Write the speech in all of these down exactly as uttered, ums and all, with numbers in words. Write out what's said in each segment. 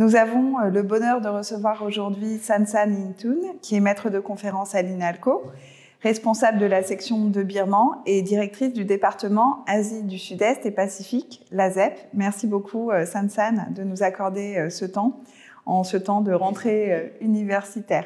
Nous avons le bonheur de recevoir aujourd'hui Sansan Intun, qui est maître de conférence à l'INALCO, responsable de la section de Birman et directrice du département Asie du Sud-Est et Pacifique, l'A S E P. Merci beaucoup, Sansan, de nous accorder ce temps, en ce temps de rentrée universitaire.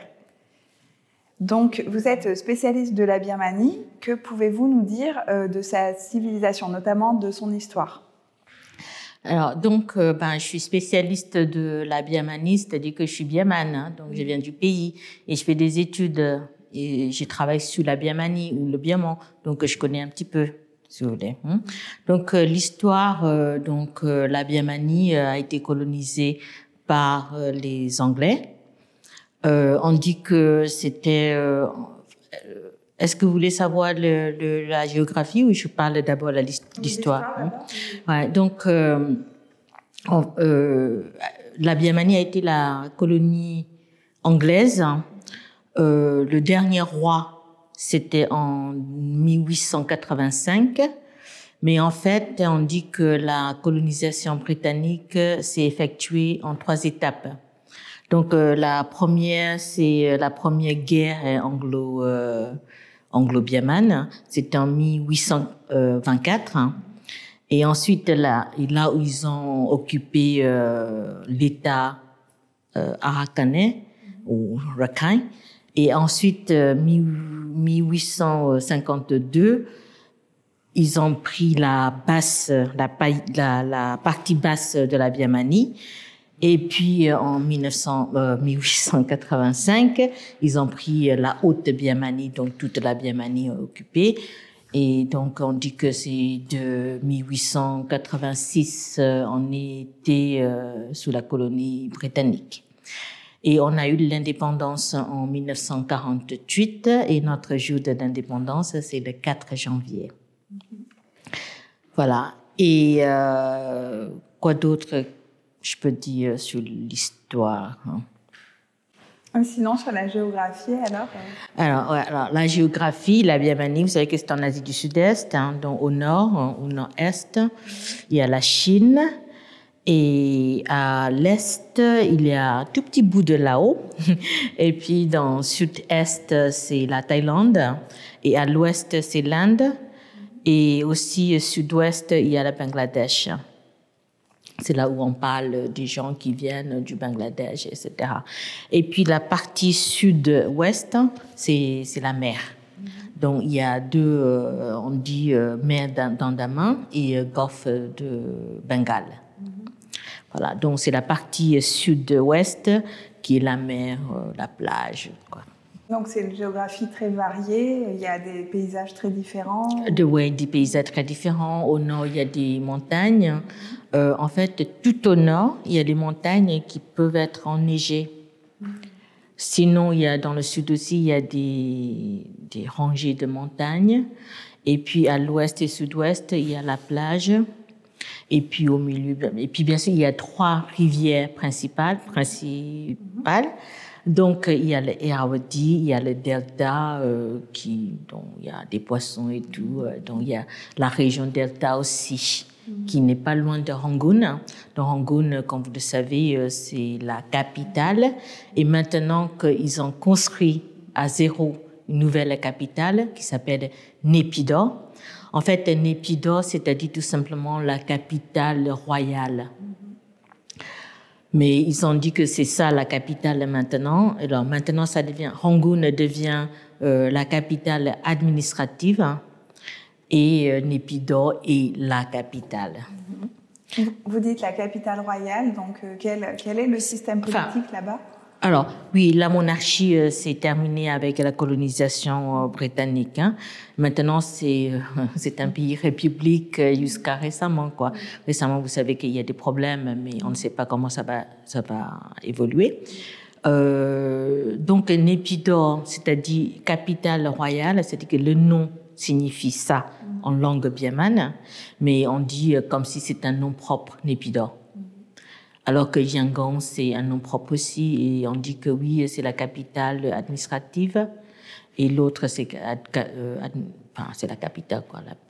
Donc, vous êtes spécialiste de la Birmanie. Que pouvez-vous nous dire de sa civilisation, notamment de son histoire ? Alors, donc, euh, ben, je suis spécialiste de la Birmanie, c'est-à-dire que je suis birmane, hein, donc je viens du pays et je fais des études et je travaille sur la Birmanie ou le Birman, donc je connais un petit peu, si vous voulez. Hein. Donc, euh, l'histoire, euh, donc euh, la Birmanie euh, a été colonisée par euh, les Anglais. Euh, on dit que c'était... Euh, Est-ce que vous voulez savoir le, le, la géographie ou je parle d'abord de l'histoire? Hein? Ouais, donc, euh, on, euh, la Birmanie a été la colonie anglaise. Euh, le dernier roi, c'était en mille huit cent quatre-vingt-cinq. Mais en fait, on dit que la colonisation britannique s'est effectuée en trois étapes. Donc, euh, la première, c'est la première guerre anglo- euh, anglo-birmane, c'était en mille huit cent vingt-quatre. Hein. Et ensuite, là, là où ils ont occupé euh, l'État euh, arakanais, ou Rakhine. Et ensuite, euh, mille huit cent cinquante-deux, ils ont pris la basse, la, la, la partie basse de la Birmanie. Et puis, en mille huit cent quatre-vingt-cinq, ils ont pris la haute Birmanie, donc toute la Birmanie occupée. Et donc, on dit que c'est de mille huit cent quatre-vingt-six, on était euh, sous la colonie britannique. Et on a eu l'indépendance en mille neuf cent quarante-huit et notre jour de l'indépendance, c'est le quatre janvier. Voilà. Et euh, quoi d'autre je peux dire sur l'histoire. Hein. Sinon, sur la géographie, alors alors, ouais, alors, la géographie, la Birmanie, vous savez que c'est en Asie du Sud-Est, hein, donc au nord, au nord-est, il y a la Chine, et à l'est, il y a un tout petit bout de Laos, et puis dans le sud-est, c'est la Thaïlande, et à l'ouest, c'est l'Inde, et aussi au sud-ouest, il y a le Bangladesh. C'est là où on parle des gens qui viennent du Bangladesh, et cetera. Et puis la partie sud-ouest, c'est, c'est la mer. Donc il y a deux, euh, on dit euh, mer d'Andaman et euh, golfe de Bengale. Voilà, donc c'est la partie sud-ouest qui est la mer, euh, la plage, quoi. Donc c'est une géographie très variée, il y a des paysages très différents. De, oui, des paysages très différents. Au nord, il y a des montagnes. Euh, en fait, tout au nord, il y a des montagnes qui peuvent être enneigées. Sinon, il y a dans le sud aussi, il y a des, des rangées de montagnes. Et puis à l'ouest et sud-ouest, il y a la plage. Et puis au milieu, et puis bien sûr, il y a trois rivières principales, principales. Donc, il y a le Irrawaddy, il y a le delta, euh, qui, dont il y a des poissons et tout. Euh, donc, il y a la région delta aussi, mm-hmm. qui n'est pas loin de Rangoon. Donc, Rangoon, comme vous le savez, euh, c'est la capitale. Et maintenant qu'ils ont construit à zéro une nouvelle capitale qui s'appelle Naypyidaw. En fait, Naypyidaw, c'est-à-dire tout simplement la capitale royale. Mais ils ont dit que c'est ça la capitale maintenant. Alors maintenant, ça devient Rangoon devient euh, la capitale administrative, hein, et euh, Naypyidaw est la capitale. Vous dites la capitale royale, donc euh, quel, quel est le système politique enfin, là-bas? Alors, oui, la monarchie euh, s'est terminée avec la colonisation euh, britannique. Hein. Maintenant, c'est, euh, c'est un pays république euh, jusqu'à récemment, quoi. Récemment, vous savez qu'il y a des problèmes, mais on ne sait pas comment ça va, ça va évoluer. Euh, donc, Naypyidaw, c'est-à-dire capitale royale, c'est-à-dire que le nom signifie ça en langue birmane, mais on dit euh, comme si c'est un nom propre, Naypyidaw. Alors que Yangon, c'est un nom propre aussi, et on dit que oui, c'est la capitale administrative, et l'autre, c'est, euh, enfin, c'est la capitale, quoi, la,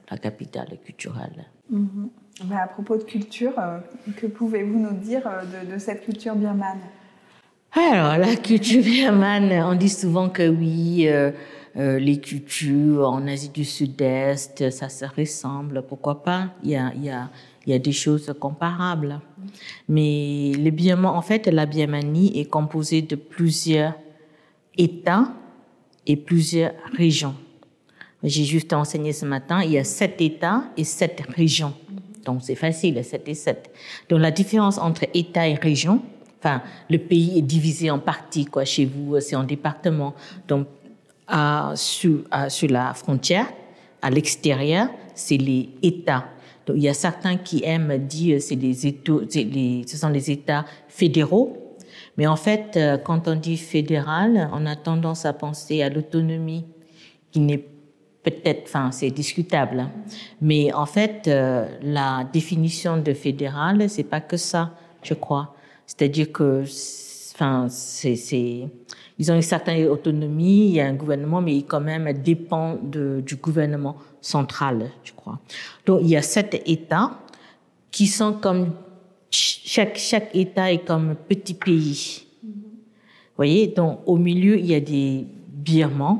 la capitale culturelle. Mm-hmm. Ben, à propos de culture, euh, que pouvez-vous nous dire euh, de, de cette culture birmane? Alors, la culture birmane, on dit souvent que oui, euh, euh, les cultures en Asie du Sud-Est, ça se ressemble. Pourquoi pas? Il y a, il y a, il y a des choses comparables. Mais le Birman, en fait, la Birmanie est composée de plusieurs États et plusieurs régions. J'ai juste enseigné ce matin, il y a sept États et sept régions. Donc, c'est facile, sept et sept. Donc, la différence entre État et région, enfin, le pays est divisé en parties, quoi. Chez vous, c'est en départements. Donc, à, sur, à, sur la frontière, à l'extérieur, c'est les États. Donc, il y a certains qui aiment dire c'est des États, c'est les, ce sont les États fédéraux. Mais en fait, quand on dit fédéral, on a tendance à penser à l'autonomie, qui n'est peut-être, enfin, c'est discutable. Mais en fait, euh, la définition de fédéral, c'est pas que ça, je crois. C'est-à-dire que, enfin, c'est, c'est, ils ont une certaine autonomie, il y a un gouvernement, mais il quand même dépend de, du gouvernement central, je crois. Donc, il y a sept États qui sont comme, chaque, chaque État est comme un petit pays. Vous voyez? Donc, au milieu, il y a des birmans.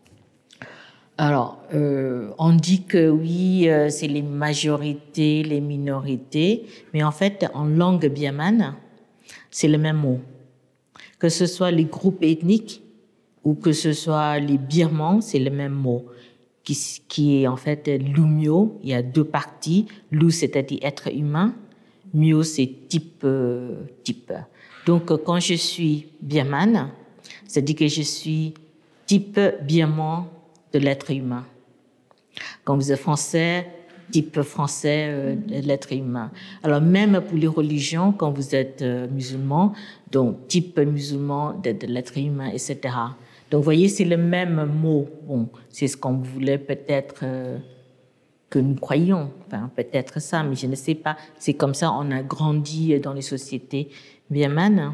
Alors, euh, on dit que oui, euh, c'est les majorités, les minorités, mais en fait, en langue birmane, c'est le même mot. Que ce soit les groupes ethniques ou que ce soit les birmans, c'est le même mot, qui, qui est en fait l'umyo. Il y a deux parties. Lu, c'est-à-dire être humain. Myo, c'est type, euh, type. Donc, quand je suis birmane, c'est-à-dire que je suis type birman de l'être humain. Quand vous êtes français, type français euh, de l'être humain. Alors même pour les religions, quand vous êtes euh, musulman, donc type musulman de, de l'être humain, et cetera. Donc vous voyez, c'est le même mot. Bon, c'est ce qu'on voulait peut-être euh, que nous croyions. Enfin, peut-être ça, mais je ne sais pas. C'est comme ça, on a grandi dans les sociétés birmanes.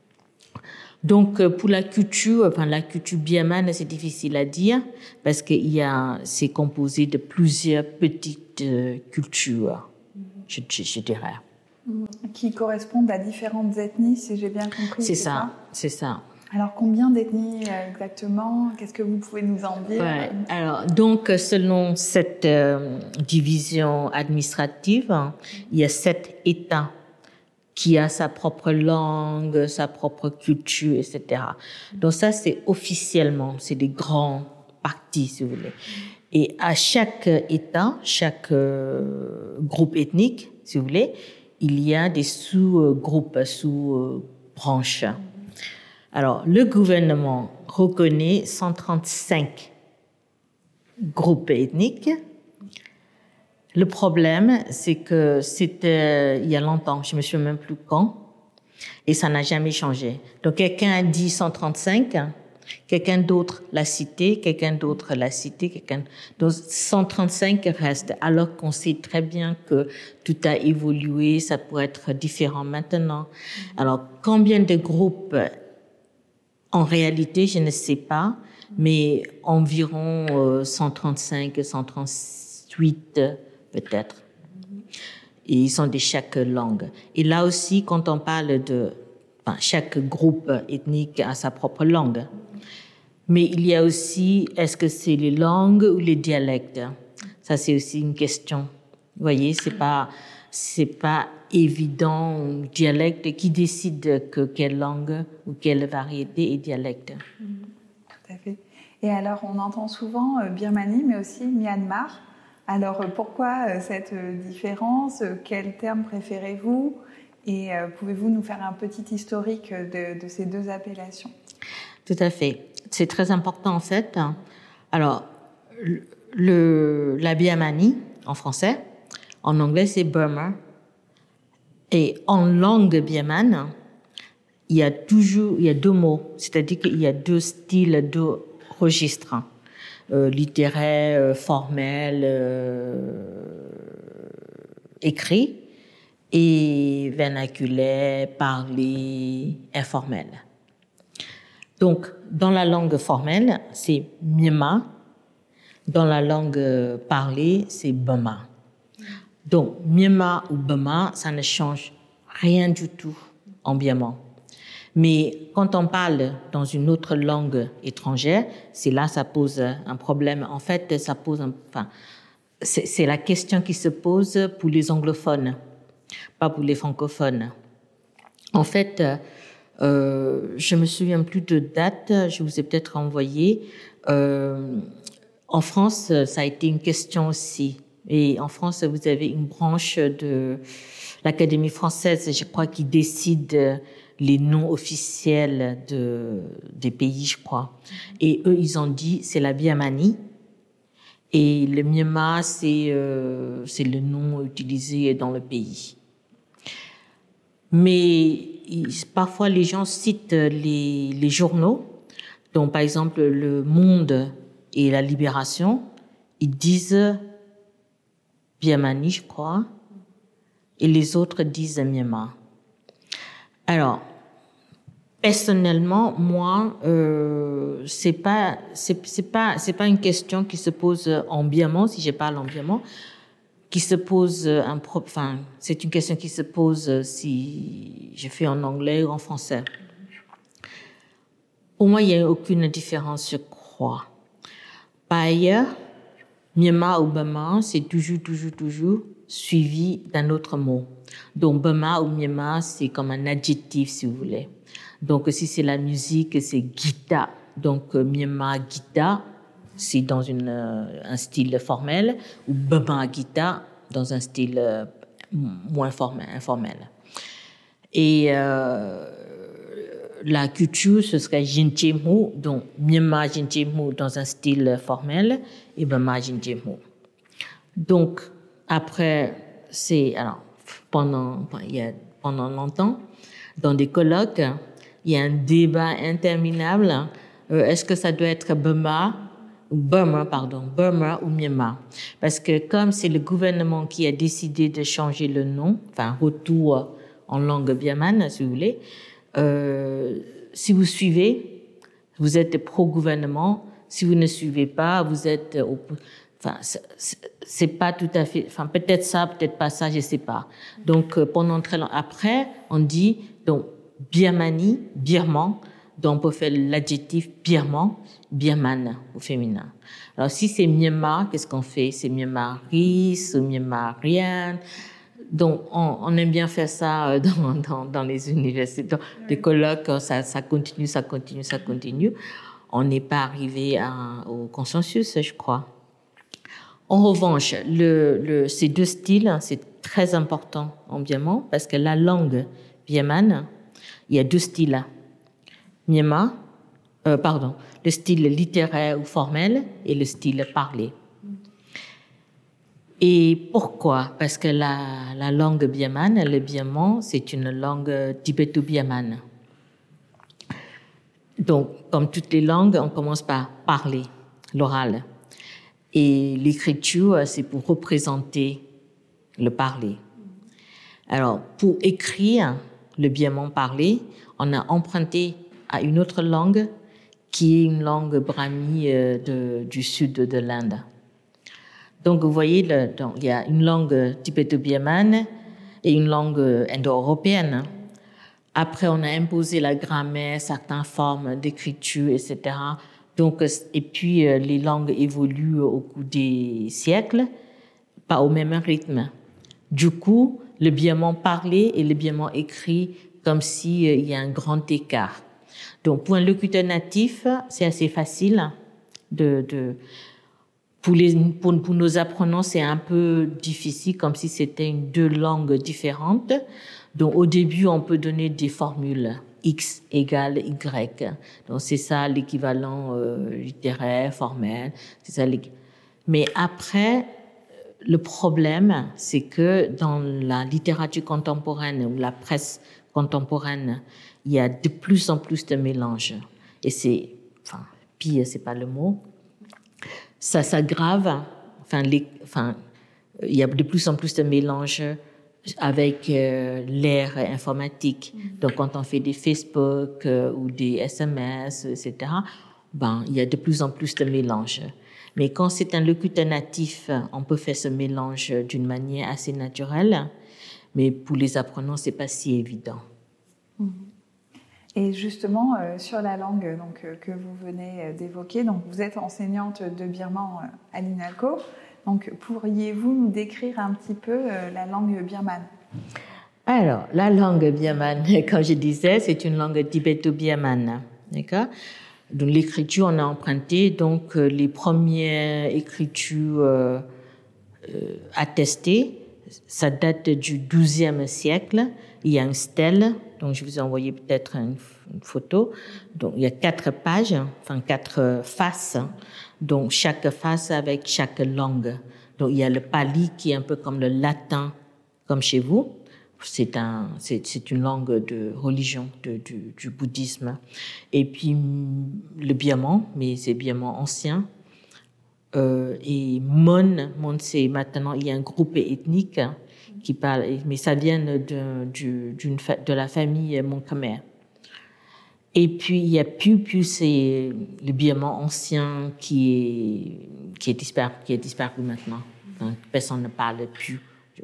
Donc, pour la culture, enfin, la culture birmane, c'est difficile à dire parce que il y a, c'est composé de plusieurs petites euh, cultures, je, je, je dirais. Qui correspondent à différentes ethnies, si j'ai bien compris. C'est, c'est ça, ça, c'est ça. Alors, combien d'ethnies euh, exactement? Qu'est-ce que vous pouvez nous en dire? Ouais. Alors, donc, selon cette euh, division administrative, il y a sept États qui a sa propre langue, sa propre culture, et cetera. Donc ça, c'est officiellement, c'est des grands partis, si vous voulez. Et à chaque État, chaque euh, groupe ethnique, si vous voulez, il y a des sous-groupes, sous-branches. Alors, le gouvernement reconnaît cent trente-cinq groupes ethniques. Le problème, c'est que c'était il y a longtemps, je me souviens même plus quand, et ça n'a jamais changé. Donc quelqu'un a dit cent trente-cinq, quelqu'un d'autre l'a cité, quelqu'un d'autre l'a cité, quelqu'un. Donc cent trente-cinq reste, alors qu'on sait très bien que tout a évolué, ça pourrait être différent maintenant. Alors combien de groupes? En réalité, je ne sais pas, mais environ euh, cent trente-cinq, cent trente-huit. Peut-être. Et ils sont de chaque langue. Et là aussi, quand on parle de... Enfin, chaque groupe ethnique a sa propre langue. Mais il y a aussi, est-ce que c'est les langues ou les dialectes? Ça, c'est aussi une question. Vous voyez, c'est pas, c'est pas évident, dialecte, qui décide que quelle langue ou quelle variété est dialecte. Tout à fait. Et alors, on entend souvent euh, Birmanie, mais aussi Myanmar. Alors, pourquoi cette différence? Quel terme préférez-vous? Et pouvez-vous nous faire un petit historique de, de ces deux appellations? Tout à fait. C'est très important, en fait. Alors, le, la Birmanie, en français, en anglais, c'est Burma. Et en langue birmane, il y a toujours, il y a deux mots. C'est-à-dire qu'il y a deux styles, deux registres. Euh, littéraire, euh, formel, euh, écrit, et vernaculaire, parlé, informel. Donc, dans la langue formelle, c'est Miema. dans la langue parlée, c'est Bema. Donc, Myema ou Bema, ça ne change rien du tout en birman. Mais quand on parle dans une autre langue étrangère, c'est là ça pose un problème. En fait, ça pose un, enfin, c'est, c'est la question qui se pose pour les anglophones, pas pour les francophones. En fait, euh, je me souviens plus de date, je vous ai peut-être envoyé. Euh, en France, ça a été une question aussi. Et en France, vous avez une branche de l'Académie française, je crois, qui décide les noms officiels de, des pays, je crois. Et eux, ils ont dit, c'est la Birmanie. Et le Myema, c'est, euh, c'est le nom utilisé dans le pays. Mais parfois, les gens citent les, les journaux. Donc, par exemple, Le Monde et La Libération, ils disent Birmanie, je crois, et les autres disent Myema. Alors, personnellement, moi, euh, c'est pas, c'est, c'est pas, c'est pas une question qui se pose en birman, si je parle en birman, qui se pose un pro, enfin, c'est une question qui se pose si je fais en anglais ou en français. Pour moi, il n'y a aucune différence, je crois. Par ailleurs, Myema ou Bema, c'est toujours, toujours, toujours suivi d'un autre mot. Donc, Bema ou Myema, c'est comme un adjectif, si vous voulez. Donc, si c'est la musique, c'est Gita. Donc, Myema, Gita, c'est dans une, un style formel, ou Bema, Gita, dans un style moins formel, informel. Et euh, la culture, ce serait Jinchemu, donc Myema, Jinchemu dans un style formel, et Bema, Jinchemu. Donc, après, c'est, alors, pendant, il y a, pendant longtemps, dans des colloques, il y a un débat interminable. Euh, est-ce que ça doit être Bema, ou Burma, pardon, Burma ou Myema? Parce que comme c'est le gouvernement qui a décidé de changer le nom, enfin, retour en langue birmane, si vous voulez, euh, si vous suivez, vous êtes pro-gouvernement. Si vous ne suivez pas, vous êtes au, enfin, c'est pas tout à fait, enfin, peut-être ça, peut-être pas ça, je sais pas. Donc, pendant très longtemps, après, on dit, donc, Birmanie, birman, donc on peut faire l'adjectif birman, birmane au féminin. Alors, si c'est Myema, qu'est-ce qu'on fait? C'est Myema Rice ou Myema Rian. Donc, on, on aime bien faire ça dans, dans, dans les universités, dans des colloques, ça, ça continue, ça continue, ça continue. On n'est pas arrivé à, au consensus, je crois. En revanche, le, le, ces deux styles, c'est très important en birman parce que la langue birmane, il y a deux styles. Myema, euh, pardon, le style littéraire ou formel et le style parlé. Et pourquoi? Parce que la, la langue birmane, le birman, c'est une langue tibéto-birmane. Donc, comme toutes les langues, on commence par parler, l'oral. Et l'écriture, c'est pour représenter le parler. Alors, pour écrire le birman parlé, on a emprunté à une autre langue qui est une langue brahmi de, du sud de l'Inde. Donc, vous voyez, le, donc, il y a une langue tibéto-birmane et une langue indo-européenne. Après, on a imposé la grammaire, certaines formes d'écriture, et cetera. Donc, et puis, les langues évoluent au cours des siècles, pas au même rythme. Du coup, le birman parlé et le birman écrit, comme s'il euh, y a un grand écart. Donc, pour un locuteur natif, c'est assez facile. De, de, pour, les, pour, pour nos apprenants, c'est un peu difficile, comme si c'était une, deux langues différentes. Donc, au début, on peut donner des formules. X égale Y. Donc, c'est ça l'équivalent euh, littéraire, formel. C'est ça. Mais après, le problème, c'est que dans la littérature contemporaine ou la presse contemporaine, il y a de plus en plus de mélanges. Et c'est, enfin, pire, c'est pas le mot. Ça s'aggrave. Enfin, les, enfin, il y a de plus en plus de mélanges avec euh, l'ère informatique. Donc, quand on fait des Facebook euh, ou des S M S, et cetera, ben, il y a de plus en plus de mélanges. Mais quand c'est un locuteur natif, on peut faire ce mélange d'une manière assez naturelle. Mais pour les apprenants, c'est pas si évident. Et justement, euh, sur la langue donc, euh, que vous venez d'évoquer, donc vous êtes enseignante de birman euh, à l'INALCO. Donc, pourriez-vous nous décrire un petit peu euh, la langue birmane? Alors, la langue birmane, comme je disais, c'est une langue tibéto-birmane. D'accord? Donc, l'écriture, on a emprunté donc les premières écritures euh, euh, attestées. Ça date du douzième siècle. Il y a une stèle, donc je vous ai envoyé peut-être une, une photo. Donc, il y a quatre pages, enfin quatre faces. Donc, chaque face avec chaque langue. Donc, il y a le pali qui est un peu comme le latin, comme chez vous. C'est un, c'est, c'est une langue de religion, de, du, du bouddhisme. Et puis, le birman, mais c'est birman ancien. Euh, et Mon, Mon, c'est maintenant, il y a un groupe ethnique qui parle, mais ça vient de, du, d'une, de la famille Mon Khmer. Et puis, il y a Pu, Pu, c'est le birman ancien qui est, qui est disparu, qui est disparu maintenant. Donc, personne ne parle plus.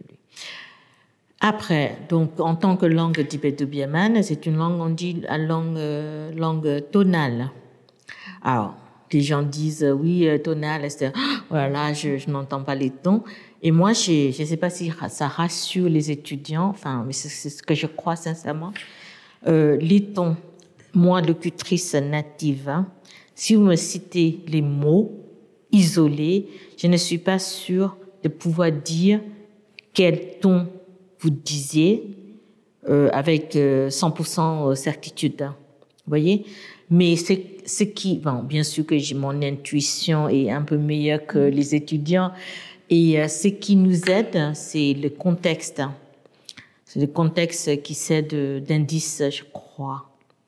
Après, donc, en tant que langue tibéto-birmane, c'est une langue, on dit, la langue, euh, langue tonale. Alors, les gens disent, oui, tonale, c'est, voilà, je, je n'entends pas les tons. Et moi, je ne sais pas si ça rassure les étudiants, enfin, mais c'est, c'est ce que je crois sincèrement. Euh, les tons, moi, locutrice native, hein, si vous me citez les mots isolés, je ne suis pas sûre de pouvoir dire quel ton vous disiez euh, avec euh, cent pour cent certitude. Hein, vous voyez? Mais c'est ce qui, bon, bien sûr que j'ai mon intuition est un peu meilleure que les étudiants. Et euh, ce qui nous aide, c'est le contexte. C'est le contexte qui sert de, d'indice, je crois.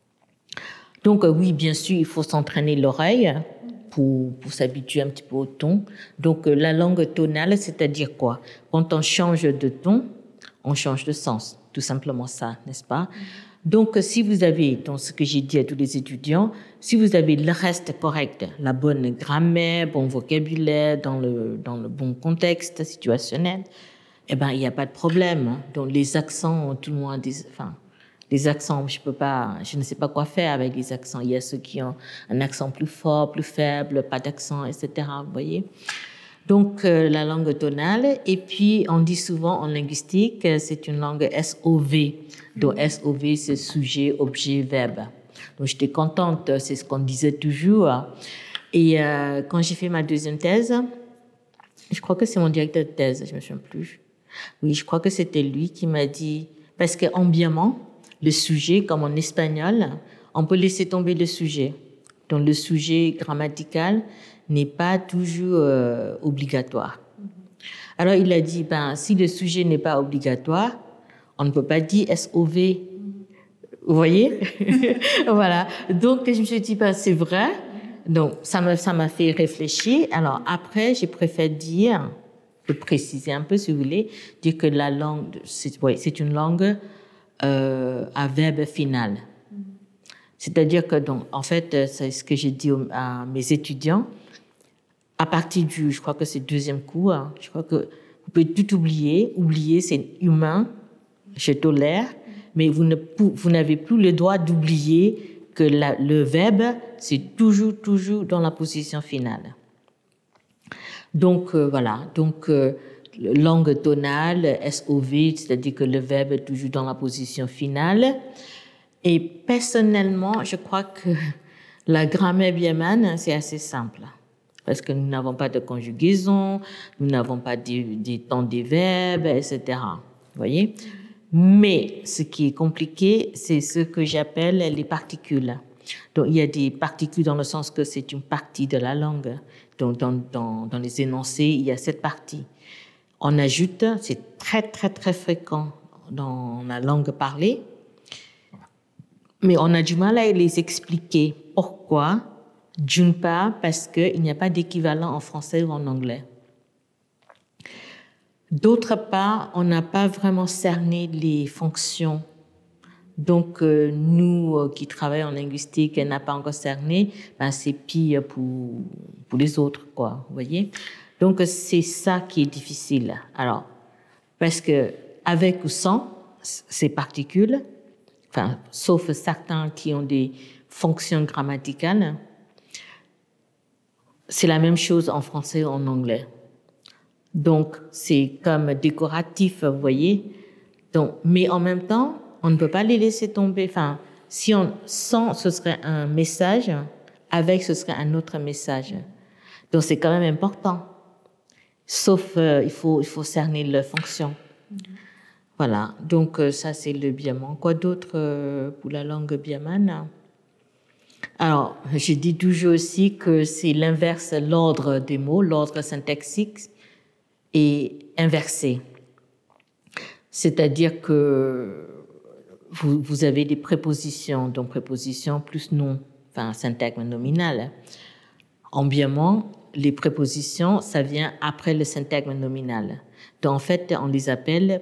Donc euh, oui, bien sûr, il faut s'entraîner l'oreille pour, pour s'habituer un petit peu au ton. Donc euh, la langue tonale, c'est-à-dire quoi? Quand on change de ton, on change de sens. Tout simplement ça, n'est-ce pas? Donc, si vous avez, dans ce que j'ai dit à tous les étudiants, si vous avez le reste correct, la bonne grammaire, bon vocabulaire, dans le, dans le bon contexte situationnel, eh ben, il n'y a pas de problème. Donc, les accents, tout le monde dit, enfin, les accents, je peux pas, je ne sais pas quoi faire avec les accents. Il y a ceux qui ont un accent plus fort, plus faible, pas d'accent, et cetera. Vous voyez? Donc, euh, la langue tonale. Et puis, on dit souvent en linguistique, c'est une langue S O V. Donc, S O V, c'est sujet, objet, verbe. Donc, j'étais contente, c'est ce qu'on disait toujours. Et euh, quand j'ai fait ma deuxième thèse, je crois que c'est mon directeur de thèse, je me souviens plus. Oui, je crois que c'était lui qui m'a dit, parce qu'en birman, le sujet, comme en espagnol, on peut laisser tomber le sujet. Donc, le sujet grammatical n'est pas toujours euh, obligatoire. Alors, il a dit, ben, si le sujet n'est pas obligatoire, on ne peut pas dire S O V. Vous voyez? Voilà. Donc, je me suis dit, ben, c'est vrai. Donc, ça m'a, ça m'a fait réfléchir. Alors, après, j'ai préféré dire, de préciser un peu, si vous voulez, dire que la langue, c'est, ouais, c'est une langue euh, à verbe final. C'est-à-dire que, donc, en fait, c'est ce que j'ai dit à mes étudiants. À partir du, je crois que c'est le deuxième cours, hein, je crois que vous pouvez tout oublier. Oublier, c'est humain, je tolère, mais vous, ne, vous n'avez plus le droit d'oublier que la, le verbe, c'est toujours, toujours dans la position finale. Donc, euh, voilà. Donc, euh, langue tonale, S O V, c'est-à-dire que le verbe est toujours dans la position finale. Et personnellement, je crois que la grammaire birmane, c'est assez simple. Parce que nous n'avons pas de conjugaison, nous n'avons pas des, des temps des verbes, et cetera. Vous voyez? Mais ce qui est compliqué, c'est ce que j'appelle les particules. Donc, il y a des particules dans le sens que c'est une partie de la langue. Donc, dans, dans, dans les énoncés, il y a cette partie. On ajoute, c'est très, très, très fréquent dans la langue parlée, mais on a du mal à les expliquer. Pourquoi? D'une part, parce qu'il n'y a pas d'équivalent en français ou en anglais. D'autre part, on n'a pas vraiment cerné les fonctions Donc, euh, nous euh, qui travaillons en linguistique, elle n'a pas encore cerné, ben, c'est pire pour, pour les autres, quoi, vous voyez. Donc, c'est ça qui est difficile. Alors, parce que avec ou sans ces particules, enfin, sauf certains qui ont des fonctions grammaticales, c'est la même chose en français ou en anglais. Donc, c'est comme décoratif, vous voyez. Donc, mais en même temps, on ne peut pas les laisser tomber. Enfin, si on sans, ce serait un message, avec, ce serait un autre message. Donc, c'est quand même important. Sauf, euh, il faut, il faut cerner leur fonction. Mm-hmm. Voilà. Donc, euh, ça, c'est le biaman. Quoi d'autre euh, pour la langue biamane? Alors, je dis toujours aussi que c'est l'inverse, l'ordre des mots, l'ordre syntaxique est inversé. C'est-à-dire que vous, vous avez des prépositions, donc prépositions plus nom, enfin syntagme nominal. En biaman, les prépositions, ça vient après le syntagme nominal. Donc en fait, on les appelle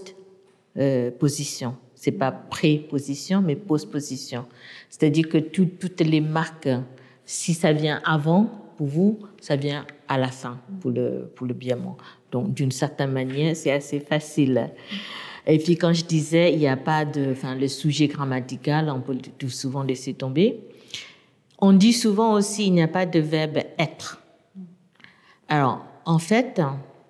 post-position. Euh, C'est pas préposition, mais post-position. C'est-à-dire que tout, toutes les marques, si ça vient avant, pour vous, ça vient à la fin pour le, pour le biaman. Donc, d'une certaine manière, c'est assez facile. Et puis, quand je disais, il n'y a pas de, enfin, le sujet grammatical, on peut tout souvent laisser tomber. On dit souvent aussi, il n'y a pas de verbe être. Alors, en fait,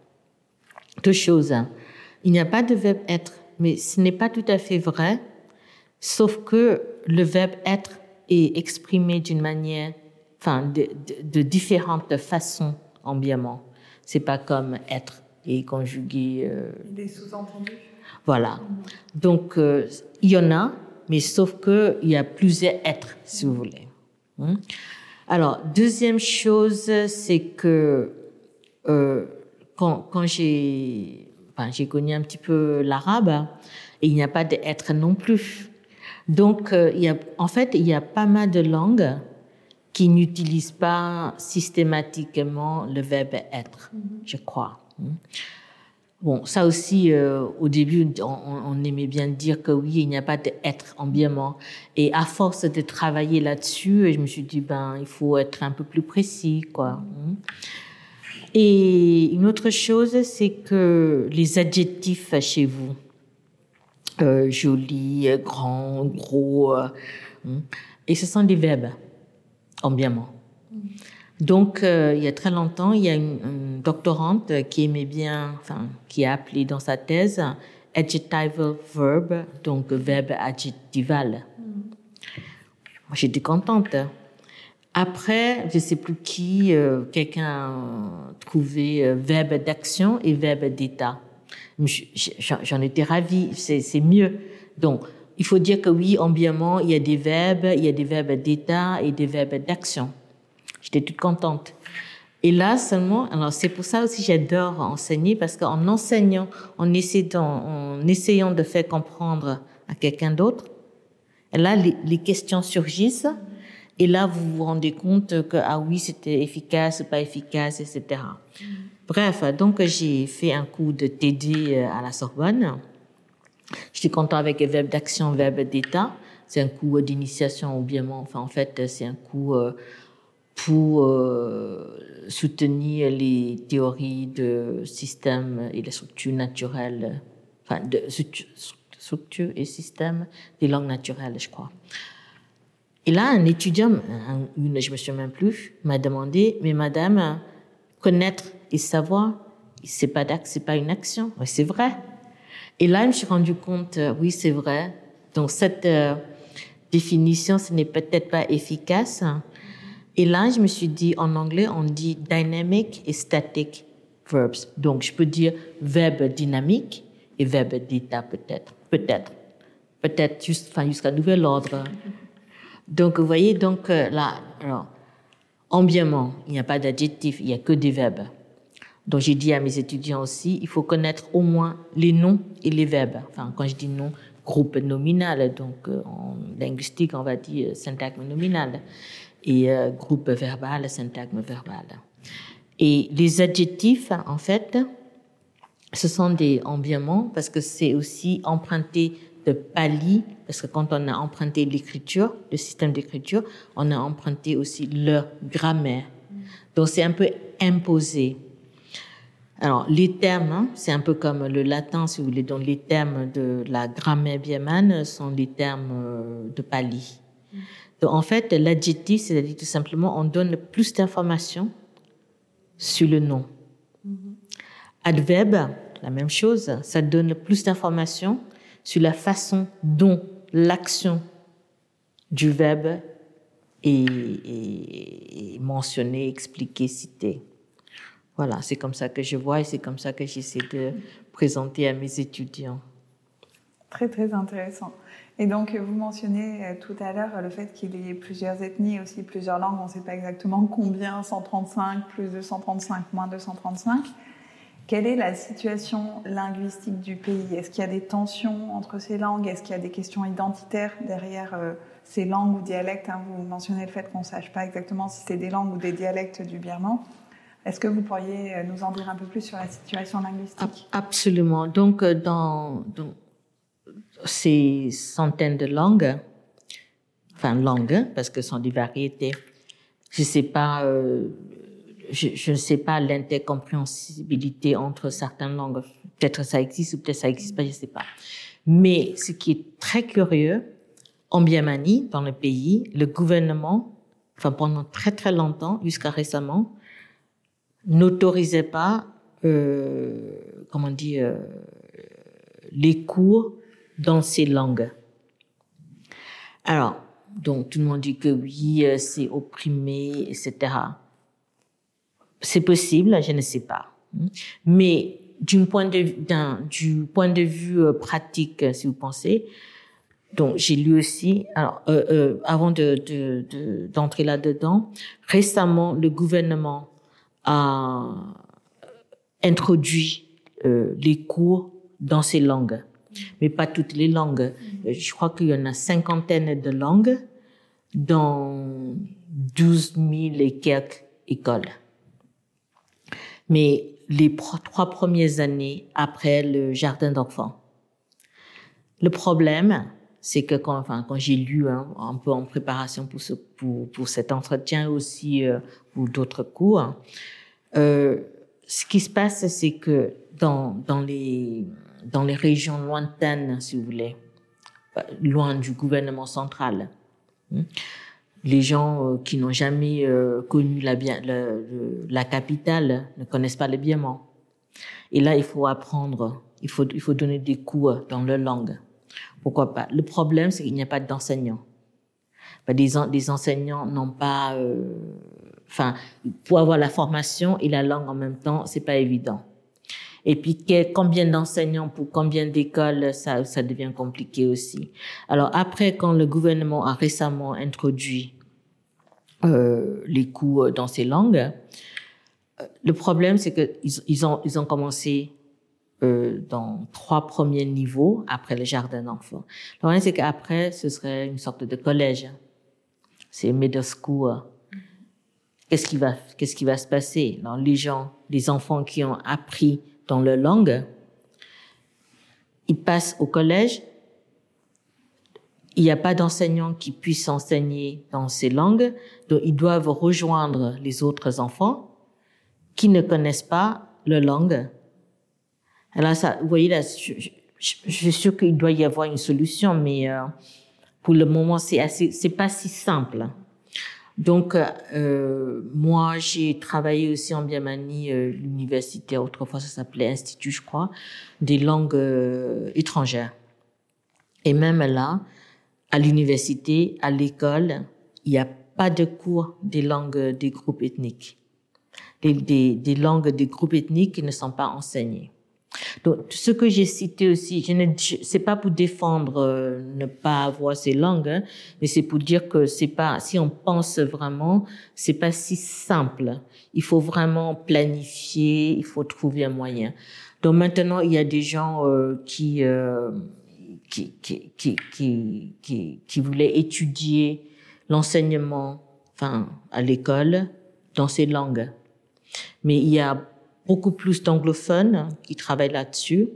deux choses. Il n'y a pas de verbe être, mais ce n'est pas tout à fait vrai, sauf que le verbe être est exprimé d'une manière, enfin, de, de, de différentes façons en biaman. C'est pas comme être et conjugué. Euh... Des sous-entendus. Voilà. Donc, euh, il y en a, mais sauf qu'il y a plusieurs êtres, si vous voulez. Hum? Alors, deuxième chose, c'est que euh, quand, quand j'ai, enfin, j'ai connu un petit peu l'arabe, et il n'y a pas d'être non plus. Donc, euh, il y a, en fait, il y a pas mal de langues qui n'utilisent pas systématiquement le verbe être, mm-hmm. je crois. Bon, ça aussi, euh, au début, on, on aimait bien dire que oui, il n'y a pas d'être en biaman. Et à force de travailler là-dessus, je me suis dit, ben, il faut être un peu plus précis, quoi. Et une autre chose, c'est que les adjectifs chez vous, euh, joli, grand, gros, euh, et ce sont des verbes en biaman. Donc, euh, il y a très longtemps, il y a une, une doctorante qui aimait bien, enfin, qui a appelé dans sa thèse adjectival verb, donc verbe adjectival. Mm. Moi, j'étais contente. Après, je ne sais plus qui, euh, quelqu'un a trouvé euh, verbe d'action et verbe d'état. J'en étais ravie, c'est, c'est mieux. Donc, il faut dire que oui, en biaman, il y a des verbes, il y a des verbes d'état et des verbes d'action. J'étais toute contente. Et là seulement, alors c'est pour ça aussi j'adore enseigner, parce qu'en enseignant, en essayant, en essayant de faire comprendre à quelqu'un d'autre, là les, les questions surgissent, et là vous vous rendez compte que ah oui c'était efficace, pas efficace, et cetera. Mm. Bref, donc j'ai fait un cours de T D à la Sorbonne. J'étais content avec le verbe d'action, verbe d'état. C'est un cours d'initiation au biaman. Enfin en fait c'est un cours euh, pour euh, soutenir les théories de système et de structure naturelle, enfin, de structure et système des langues naturelles, je crois. Et là, un étudiant, une, je me souviens même plus, m'a demandé, mais madame, connaître et savoir, c'est pas, c'est pas une action. Oui, c'est vrai. Et là, je me suis rendu compte, oui, c'est vrai. Donc, cette euh, définition, ce n'est peut-être pas efficace. Et là, je me suis dit, en anglais, on dit dynamic et static verbs. Donc, je peux dire verbe dynamique et verbe d'état, peut-être. Peut-être. Peut-être juste, enfin, jusqu'à nouvel ordre. Donc, vous voyez, donc, là, alors, en biaman, il n'y a pas d'adjectif, il n'y a que des verbes. Donc, j'ai dit à mes étudiants aussi, il faut connaître au moins les noms et les verbes. Enfin, quand je dis nom, groupe nominal, donc, en linguistique, on va dire syntagme nominal. Et euh, groupe verbal, syntagme verbal. Et les adjectifs, en fait, ce sont des en biaman parce que c'est aussi emprunté de pali, parce que quand on a emprunté l'écriture, le système d'écriture, on a emprunté aussi leur grammaire. Donc, c'est un peu imposé. Alors, les termes, hein, c'est un peu comme le latin, si vous voulez. Donc, les termes de la grammaire birmane sont les termes de pali. Donc, en fait, l'adjectif, c'est-à-dire tout simplement, on donne plus d'informations sur le nom. Adverbe, la même chose, ça donne plus d'informations sur la façon dont l'action du verbe est, est, est mentionnée, expliquée, citée. Voilà, c'est comme ça que je vois et c'est comme ça que j'essaie de présenter à mes étudiants. Très, très intéressant. Et donc, vous mentionnez tout à l'heure le fait qu'il y ait plusieurs ethnies et aussi plusieurs langues. On ne sait pas exactement combien, cent trente-cinq, plus de cent trente-cinq, moins de cent trente-cinq. Quelle est la situation linguistique du pays? Est-ce qu'il y a des tensions entre ces langues? Est-ce qu'il y a des questions identitaires derrière euh, ces langues ou dialectes, hein? Vous mentionnez le fait qu'on ne sache pas exactement si c'est des langues ou des dialectes du birman. Est-ce que vous pourriez nous en dire un peu plus sur la situation linguistique? Absolument. Donc, dans, dans ces centaines de langues, enfin langues, parce que ce sont des variétés, je ne sais pas... Euh, Je, je ne sais pas l'intercompréhensibilité entre certaines langues. Peut-être ça existe ou peut-être ça n'existe pas, je ne sais pas. Mais ce qui est très curieux, en Birmanie, dans le pays, le gouvernement, enfin pendant très très longtemps, jusqu'à récemment, n'autorisait pas, euh, comment dire, euh, les cours dans ces langues. Alors, donc tout le monde dit que oui, c'est opprimé, et cetera. C'est possible, je ne sais pas. Mais d'un point de, d'un, du point de vue pratique, si vous pensez, donc j'ai lu aussi, alors, euh, euh, avant de, de, de, d'entrer là-dedans, récemment, le gouvernement a introduit euh, les cours dans ces langues, mais pas toutes les langues. Je crois qu'il y en a cinquantaine de langues dans douze mille et quelques écoles. Mais les pro- trois premières années après le jardin d'enfants. Le problème, c'est que quand, enfin, quand j'ai lu hein, un peu en préparation pour, ce, pour, pour cet entretien aussi euh, pour d'autres cours, hein, euh, ce qui se passe, c'est que dans, dans, les, dans les régions lointaines, si vous voulez, loin du gouvernement central, hein, les gens euh, qui n'ont jamais euh, connu la, la, la, la capitale ne connaissent pas le birman. Et là, il faut apprendre, il faut, il faut donner des cours dans leur langue. Pourquoi pas? Le problème, c'est qu'il n'y a pas d'enseignants. Ben, des, des enseignants n'ont pas... Euh, enfin, pour avoir la formation et la langue en même temps, c'est pas évident. Et puis, quel, combien d'enseignants pour combien d'écoles, ça, ça devient compliqué aussi. Alors après, quand le gouvernement a récemment introduit euh, les cours dans ces langues, le problème, c'est que ils, ils ont, ils ont commencé euh, dans trois premiers niveaux après le jardin d'enfants. Le problème, c'est qu'après, ce serait une sorte de collège. C'est middle school. Qu'est-ce qui va, qu'est-ce qui va se passer? Alors, les gens, les enfants qui ont appris dans leur langue, ils passent au collège. Il n'y a pas d'enseignants qui puissent enseigner dans ces langues, donc ils doivent rejoindre les autres enfants qui ne connaissent pas leur langue. Alors ça, vous voyez là, je, je, je suis sûre qu'il doit y avoir une solution, mais euh, pour le moment, c'est assez, c'est pas si simple. Donc, euh, moi, j'ai travaillé aussi en Birmanie, euh, l'université, autrefois ça s'appelait Institut, je crois, des langues euh, étrangères. Et même là, à l'université, à l'école, il n'y a pas de cours des langues des groupes ethniques. Des, des, des langues des groupes ethniques qui ne sont pas enseignées. Donc, ce que j'ai cité aussi, je ne, c'est pas pour défendre euh, ne pas avoir ces langues, hein, mais c'est pour dire que c'est pas, si on pense vraiment, c'est pas si simple. Il faut vraiment planifier, il faut trouver un moyen. Donc maintenant, il y a des gens euh, qui, euh, qui, qui, qui, qui, qui, qui voulaient étudier l'enseignement, enfin, à l'école, dans ces langues. Mais il y a beaucoup plus d'anglophones qui travaillent là-dessus. Il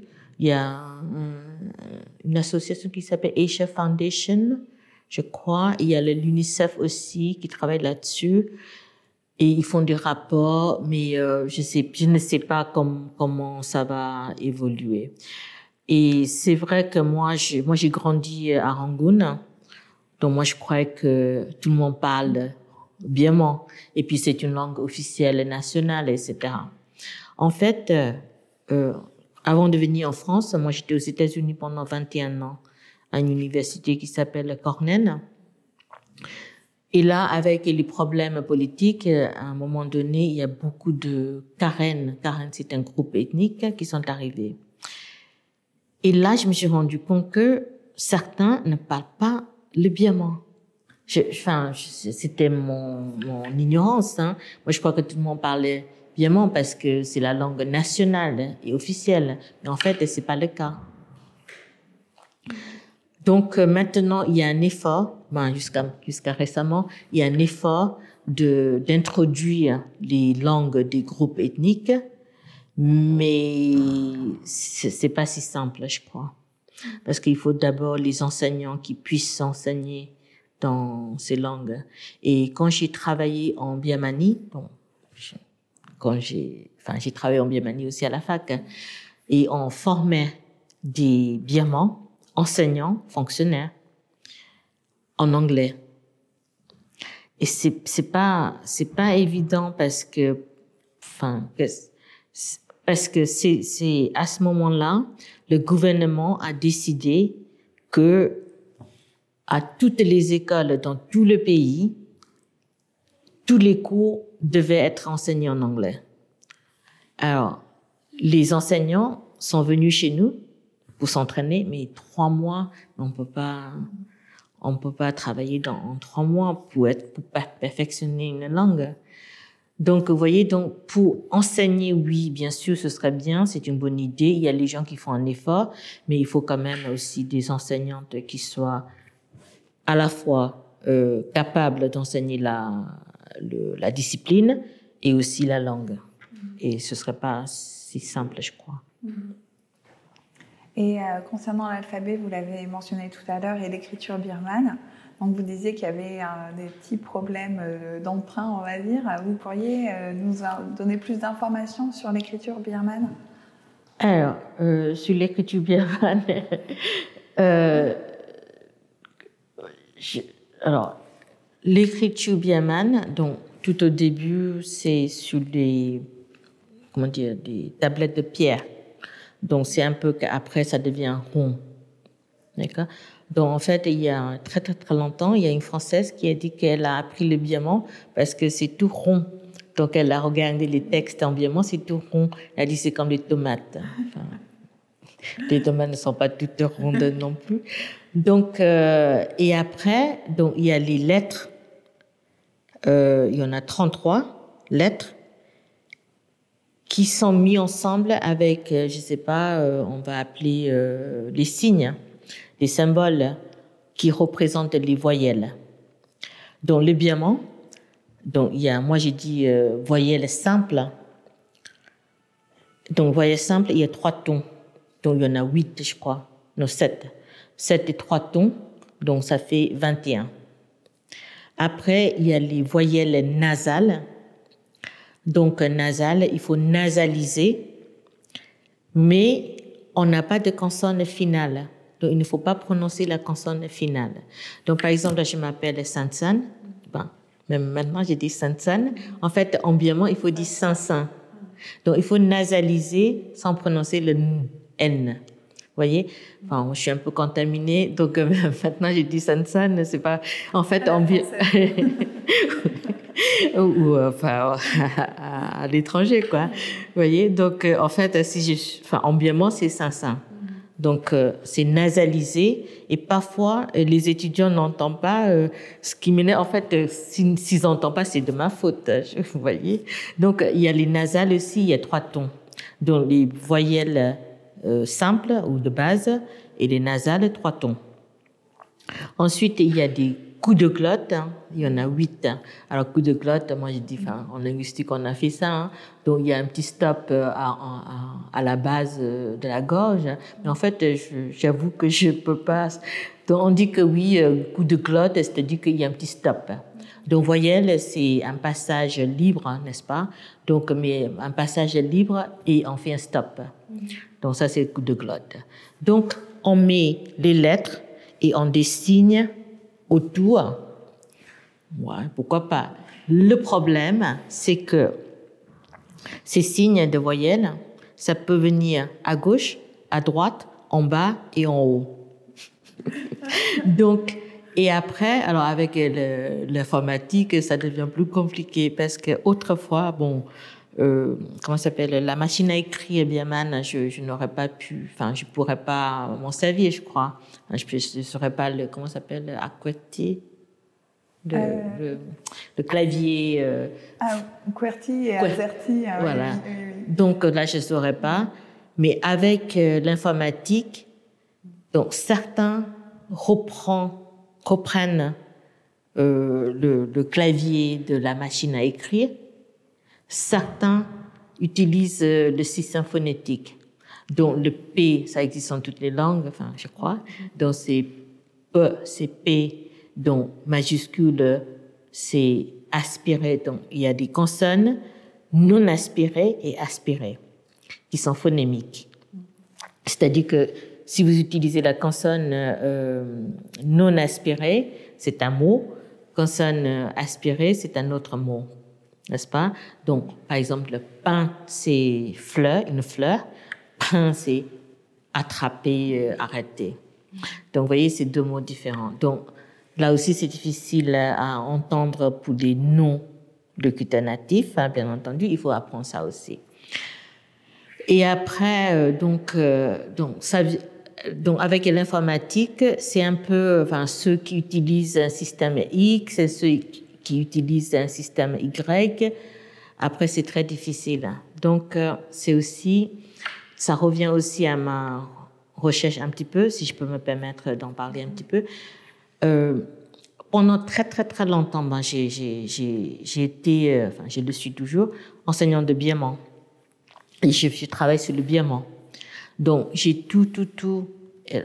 il y a un, une association qui s'appelle Asia Foundation, je crois. Il y a l'UNICEF aussi qui travaille là-dessus. Et ils font des rapports, mais euh, je, sais, je ne sais pas com, comment ça va évoluer. Et c'est vrai que moi, j'ai, moi, j'ai grandi à Rangoon. Donc, moi, je crois que tout le monde parle birman. Et puis, c'est une langue officielle nationale, et cetera. En fait, euh, avant de venir en France, moi, j'étais aux États-Unis pendant vingt et un ans à une université qui s'appelle Cornell. Et là, avec les problèmes politiques, à un moment donné, il y a beaucoup de Karen. Karen, c'est un groupe ethnique qui sont arrivés. Et là, je me suis rendu compte que certains ne parlent pas le birman. Je, enfin, je, c'était mon, mon ignorance. Hein. Moi, je crois que tout le monde parlait birman parce que c'est la langue nationale et officielle. Mais en fait, c'est pas le cas. Donc euh, maintenant, il y a un effort, ben, jusqu'à jusqu'à récemment, il y a un effort de d'introduire les langues des groupes ethniques, mais c'est, c'est pas si simple, je crois, parce qu'il faut d'abord les enseignants qui puissent enseigner dans ces langues. Et quand j'ai travaillé en Birmanie, bon, je, quand j'ai, enfin, j'ai travaillé en Birmanie aussi à la fac, et on formait des Birmans enseignants, fonctionnaires, en anglais. Et c'est, c'est pas, c'est pas évident parce que, enfin, que, parce que c'est, c'est, à ce moment-là, le gouvernement a décidé que, à toutes les écoles dans tout le pays, tous les cours devaient être enseignés en anglais. Alors, les enseignants sont venus chez nous pour s'entraîner, mais trois mois, on peut pas, on peut pas travailler dans en trois mois pour être, pour perfectionner une langue. Donc, vous voyez, donc pour enseigner, oui, bien sûr, ce serait bien, c'est une bonne idée. Il y a les gens qui font un effort, mais il faut quand même aussi des enseignantes qui soient à la fois euh, capables d'enseigner la, le, la discipline et aussi la langue. Et ce serait pas si simple, je crois. Et euh, concernant l'alphabet, vous l'avez mentionné tout à l'heure, et l'écriture birmane, donc vous disiez qu'il y avait euh, des petits problèmes euh, d'emprunt, on va dire. Vous pourriez euh, nous donner plus d'informations sur l'écriture birmane ? Alors, euh, sur l'écriture birmane, euh, je, alors, l'écriture birmane, donc tout au début, c'est sur des, comment dire, des tablettes de pierre. Donc, c'est un peu qu'après, ça devient rond. D'accord? Donc, en fait, il y a très, très, très longtemps, il y a une Française qui a dit qu'elle a appris le birman parce que c'est tout rond. Donc, elle a regardé les textes en birman, c'est tout rond. Elle a dit, c'est comme les tomates. Enfin, les tomates ne sont pas toutes rondes non plus. Donc, euh, et après, donc, il y a les lettres. Euh, il y en a trente-trois lettres qui sont mis ensemble avec, je ne sais pas, euh, on va appeler euh, les signes, les symboles qui représentent les voyelles. Donc, le birman, donc il y a, moi j'ai dit euh, voyelles simples. Donc, voyelles simples, il y a trois tons. Donc, il y en a huit, je crois. Non, sept. Sept et trois tons, donc ça fait vingt et un. Après, il y a les voyelles nasales. Donc, nasal, il faut nasaliser, mais on n'a pas de consonne finale. Donc, il ne faut pas prononcer la consonne finale. Donc, par exemple, je m'appelle Sansan. Bon, même maintenant, j'ai dit Sansan. En fait, en birman, il faut dire Sansan. Donc, il faut nasaliser sans prononcer le N. Vous voyez? Enfin, je suis un peu contaminée, donc euh, maintenant, j'ai dit Sansan. C'est pas... En fait, en birman... ou enfin à, à l'étranger, quoi. Vous voyez, donc euh, en fait, si je, enfin en birman, c'est Sansan. Donc euh, c'est nasalisé et parfois euh, les étudiants n'entendent pas. Euh, ce qui m'énerve, en fait, euh, s'ils, s'ils n'entendent pas, c'est de ma faute. Vous voyez. Donc euh, il y a les nasales aussi, il y a trois tons. Donc les voyelles euh, simples ou de base et les nasales, trois tons. Ensuite il y a des coups de glotte, hein, il y en a huit. Alors, coup de glotte, moi, j'ai dit, enfin, en linguistique, on a fait ça. Hein. Donc, il y a un petit stop à, à, à la base de la gorge. Mais en fait, je, j'avoue que je peux pas. Donc, on dit que oui, coup de glotte, c'est-à-dire qu'il y a un petit stop. Donc, voyelle, c'est un passage libre, n'est-ce pas? Donc, mais un passage libre et on fait un stop. Donc, ça, c'est le coup de glotte. Donc, on met les lettres et on dessine autour. Ouais, pourquoi pas. Le problème, c'est que ces signes de voyelles, ça peut venir à gauche, à droite, en bas et en haut. Donc, et après, alors avec le, l'informatique, ça devient plus compliqué parce que autrefois, bon, euh, comment ça s'appelle, la machine à écrire Birman, je, je n'aurais pas pu, enfin, je pourrais pas m'en servir, je crois. Je ne saurais pas le, comment ça s'appelle, AQWERTY, le, euh... le, le clavier. Euh, ah, QWERTY et AZERTY. Euh, voilà. Oui, oui, oui. Donc là, je ne saurais pas. Mais avec euh, l'informatique, donc certains reprend, reprennent euh, le, le clavier de la machine à écrire. Certains utilisent euh, le système phonétique. Donc le P, ça existe en toutes les langues, enfin je crois. Donc c'est P, c'est P, donc majuscule, c'est aspiré. Donc il y a des consonnes non aspirées et aspirées qui sont phonémiques. C'est-à-dire que si vous utilisez la consonne euh, non aspirée, c'est un mot. Consonne aspirée, c'est un autre mot. N'est-ce pas? Donc, par exemple, le pain, c'est fleur, une fleur. Pain, c'est attraper, euh, arrêter. Donc, vous voyez, c'est deux mots différents. Donc, là aussi, c'est difficile à entendre pour les non-locutanatifs. Hein, bien entendu, il faut apprendre ça aussi. Et après, euh, donc, euh, donc, ça, donc, avec l'informatique, c'est un peu, enfin, ceux qui utilisent un système X et ceux qui utilisent un système Y. Après, c'est très difficile. Donc, euh, c'est aussi, ça revient aussi à ma recherche un petit peu, si je peux me permettre d'en parler un petit peu. Euh, pendant très, très, très longtemps, ben, j'ai, j'ai, j'ai, j'ai été, euh, enfin, je le suis toujours, enseignante de birman. Et je, je travaille sur le birman. Donc, j'ai tout, tout, tout, euh,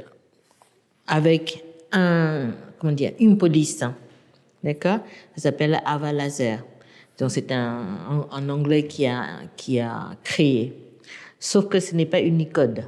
avec un, comment dire, une police. D'accord? Ça s'appelle Ava Laser. Donc, c'est un, un, un anglais qui a, qui a créé. Sauf que ce n'est pas Unicode.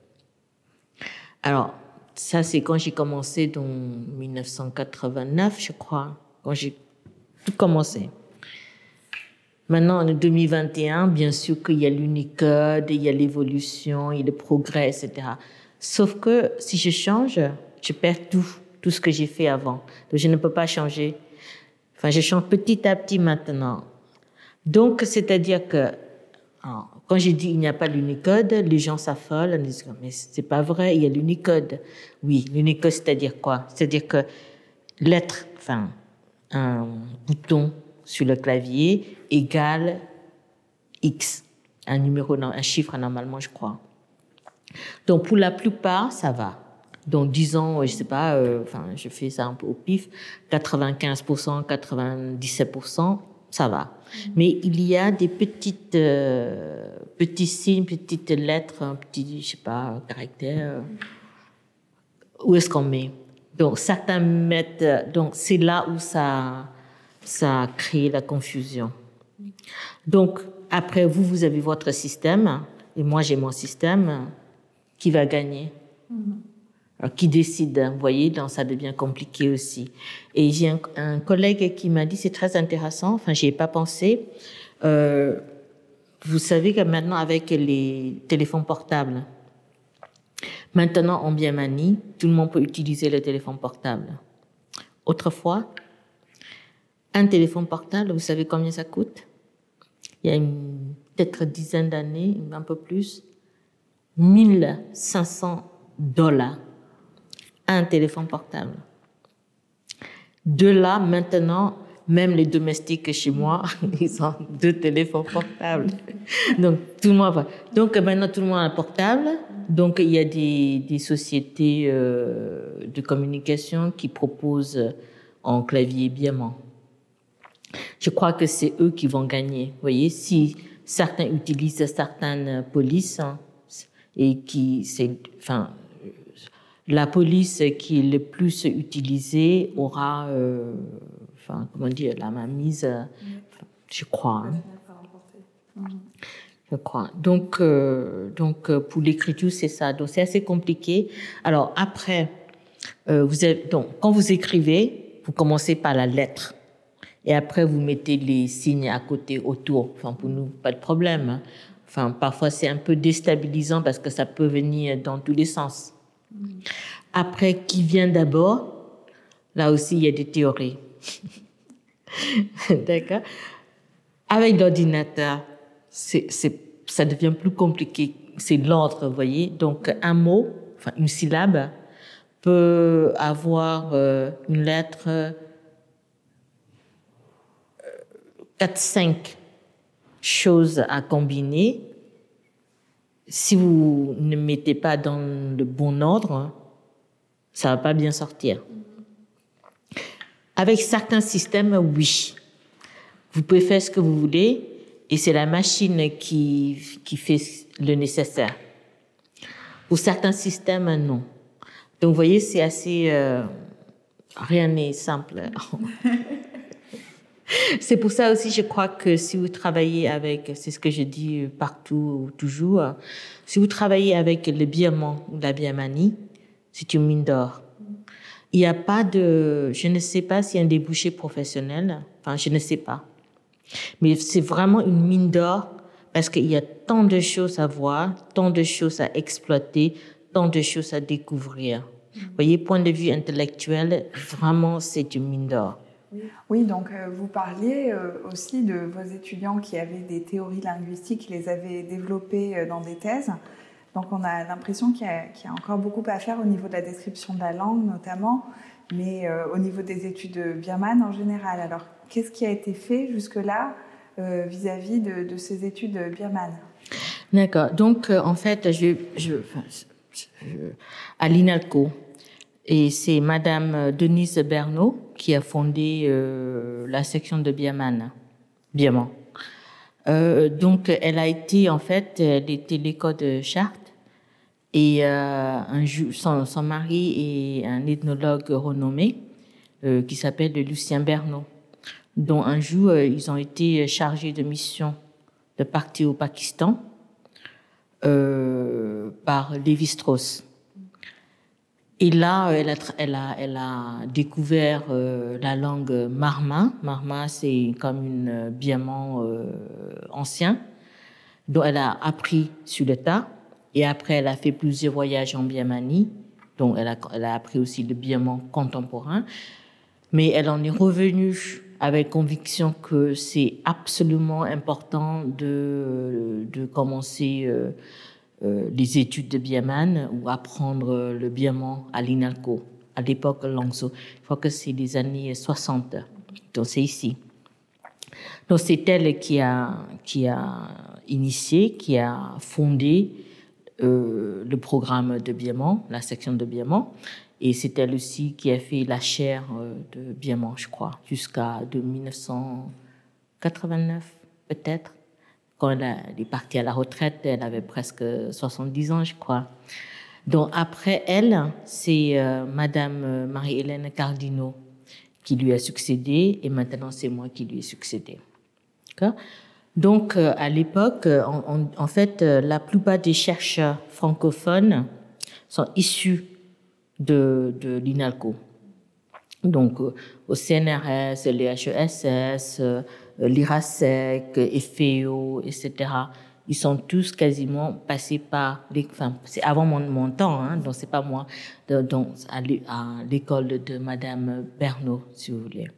Alors, ça, c'est quand j'ai commencé dans dix-neuf cent quatre-vingt-neuf, je crois, quand j'ai tout commencé. Maintenant, en deux mille vingt et un, bien sûr qu'il y a l'Unicode, il y a l'évolution, il y a le progrès, et cetera. Sauf que si je change, je perds tout, tout ce que j'ai fait avant. Donc, je ne peux pas changer. Enfin, je change petit à petit maintenant. Donc, c'est-à-dire que, alors, quand j'ai dit il n'y a pas l'Unicode, les gens s'affolent, ils disent mais c'est pas vrai, il y a l'Unicode. Oui, l'Unicode, c'est-à-dire quoi? C'est-à-dire que lettre, enfin, un bouton sur le clavier égale X, un numéro, un chiffre normalement, je crois. Donc, pour la plupart, ça va. Donc, disons, je sais pas, euh, enfin, je fais ça un peu au pif, quatre-vingt-quinze pour cent, quatre-vingt-dix-sept pour cent, ça va. Mais il y a des petites, euh, petits signes, petites lettres, un petit, je sais pas, caractère. Où est-ce qu'on met? Donc, certains mettent, donc, c'est là où ça, ça crée la confusion. Donc, après, vous, vous avez votre système, et moi, j'ai mon système. Qui va gagner? Mm-hmm. Alors, qui décide? Vous voyez, donc ça devient compliqué aussi. Et j'ai un, un collègue qui m'a dit, c'est très intéressant, enfin, j'y ai pas pensé. Euh, vous savez que maintenant, avec les téléphones portables, maintenant, en Birmanie, tout le monde peut utiliser le téléphone portable. Autrefois, un téléphone portable, vous savez combien ça coûte? Il y a une, peut-être une dizaine d'années, un peu plus, mille cinq cents dollars. Un téléphone portable. De là, maintenant, même les domestiques chez moi, ils ont deux téléphones portables. Donc, tout le monde va. Donc, maintenant, tout le monde a un portable. Donc, il y a des, des sociétés euh, de communication qui proposent en clavier birman. je crois que c'est eux qui vont gagner. Vous voyez, si certains utilisent certaines polices hein, et qui, c'est, enfin, la police qui est le plus utilisée aura, euh, enfin, comment dire, la mainmise, euh, je crois. Hein. Je crois. Donc, euh, donc pour l'écriture, c'est ça. Donc, c'est assez compliqué. Alors, après, euh, vous avez, donc, quand vous écrivez, vous commencez par la lettre. Et après, vous mettez les signes à côté, autour. Enfin, pour nous, pas de problème. Hein. Enfin, parfois, c'est un peu déstabilisant parce que ça peut venir dans tous les sens. Après, qui vient d'abord? Là aussi, il y a des théories. D'accord? Avec l'ordinateur, c'est, c'est, ça devient plus compliqué. C'est l'ordre, vous voyez. Donc, un mot, enfin, une syllabe, peut avoir euh, une lettre, euh, quatre, cinq choses à combiner. Si vous ne mettez pas dans le bon ordre, ça ne va pas bien sortir. Avec certains systèmes, oui. Vous pouvez faire ce que vous voulez et c'est la machine qui, qui fait le nécessaire. Pour certains systèmes, non. Donc, vous voyez, c'est assez... Euh, rien n'est simple. C'est pour ça aussi, je crois que si vous travaillez avec, c'est ce que je dis partout, toujours, si vous travaillez avec le Birman ou la Birmanie, c'est une mine d'or. Il n'y a pas de... Je ne sais pas s'il y a un débouché professionnel. Enfin, je ne sais pas. Mais c'est vraiment une mine d'or parce qu'il y a tant de choses à voir, tant de choses à exploiter, tant de choses à découvrir. Vous voyez, point de vue intellectuel, vraiment, c'est une mine d'or. Oui, donc euh, vous parliez euh, aussi de vos étudiants qui avaient des théories linguistiques, qui les avaient développées euh, dans des thèses. Donc on a l'impression qu'il y a, qu'il y a encore beaucoup à faire au niveau de la description de la langue notamment, mais euh, au niveau des études birmanes en général. Alors qu'est-ce qui a été fait jusque-là euh, vis-à-vis de, de ces études birmanes? D'accord. Donc euh, en fait, je, je, je, à l'INALCO, et c'est Madame Denise Bernot qui a fondé euh, la section de Birman. Birman. Euh, donc, elle a été, en fait, elle était l'école de Chartres et euh, un, son, son mari est un ethnologue renommé euh, qui s'appelle Lucien Bernot, dont un jour, euh, ils ont été chargés de mission de partir au Pakistan euh, par Lévi-Strauss. Et là, elle a, elle a, elle a découvert euh, la langue marma. Marma, c'est comme une birman euh, ancien. Donc, elle a appris sur le tas. Et après, elle a fait plusieurs voyages en Birmanie. Donc, elle a, elle a appris aussi le birman contemporain. Mais elle en est revenue avec conviction que c'est absolument important de, de commencer... Euh, Euh, les études de birman ou apprendre le birman à l'INALCO, à l'époque Langso. Je crois que c'est les années soixante. Donc c'est ici. Donc c'est elle qui a, qui a initié, qui a fondé euh, le programme de birman, la section de birman. Et c'est elle aussi qui a fait la chaire de birman, je crois, jusqu'à dix-neuf cent quatre-vingt-neuf peut-être. Quand elle est partie à la retraite, elle avait presque soixante-dix ans, je crois. Donc après elle, c'est euh, Madame Marie-Hélène Cardinaux qui lui a succédé, et maintenant c'est moi qui lui ai succédé. D'accord ? Donc euh, à l'époque, en, en, en fait, la plupart des chercheurs francophones sont issus de, de l'INALCO. Donc euh, au C N R S, l'E H E S S, euh, l'IRASEC, E F E O, et cetera. Ils sont tous quasiment passés par, les, enfin, c'est avant mon, mon temps, hein, donc c'est pas moi, de, donc à l'école de Madame Bernot, si vous voulez.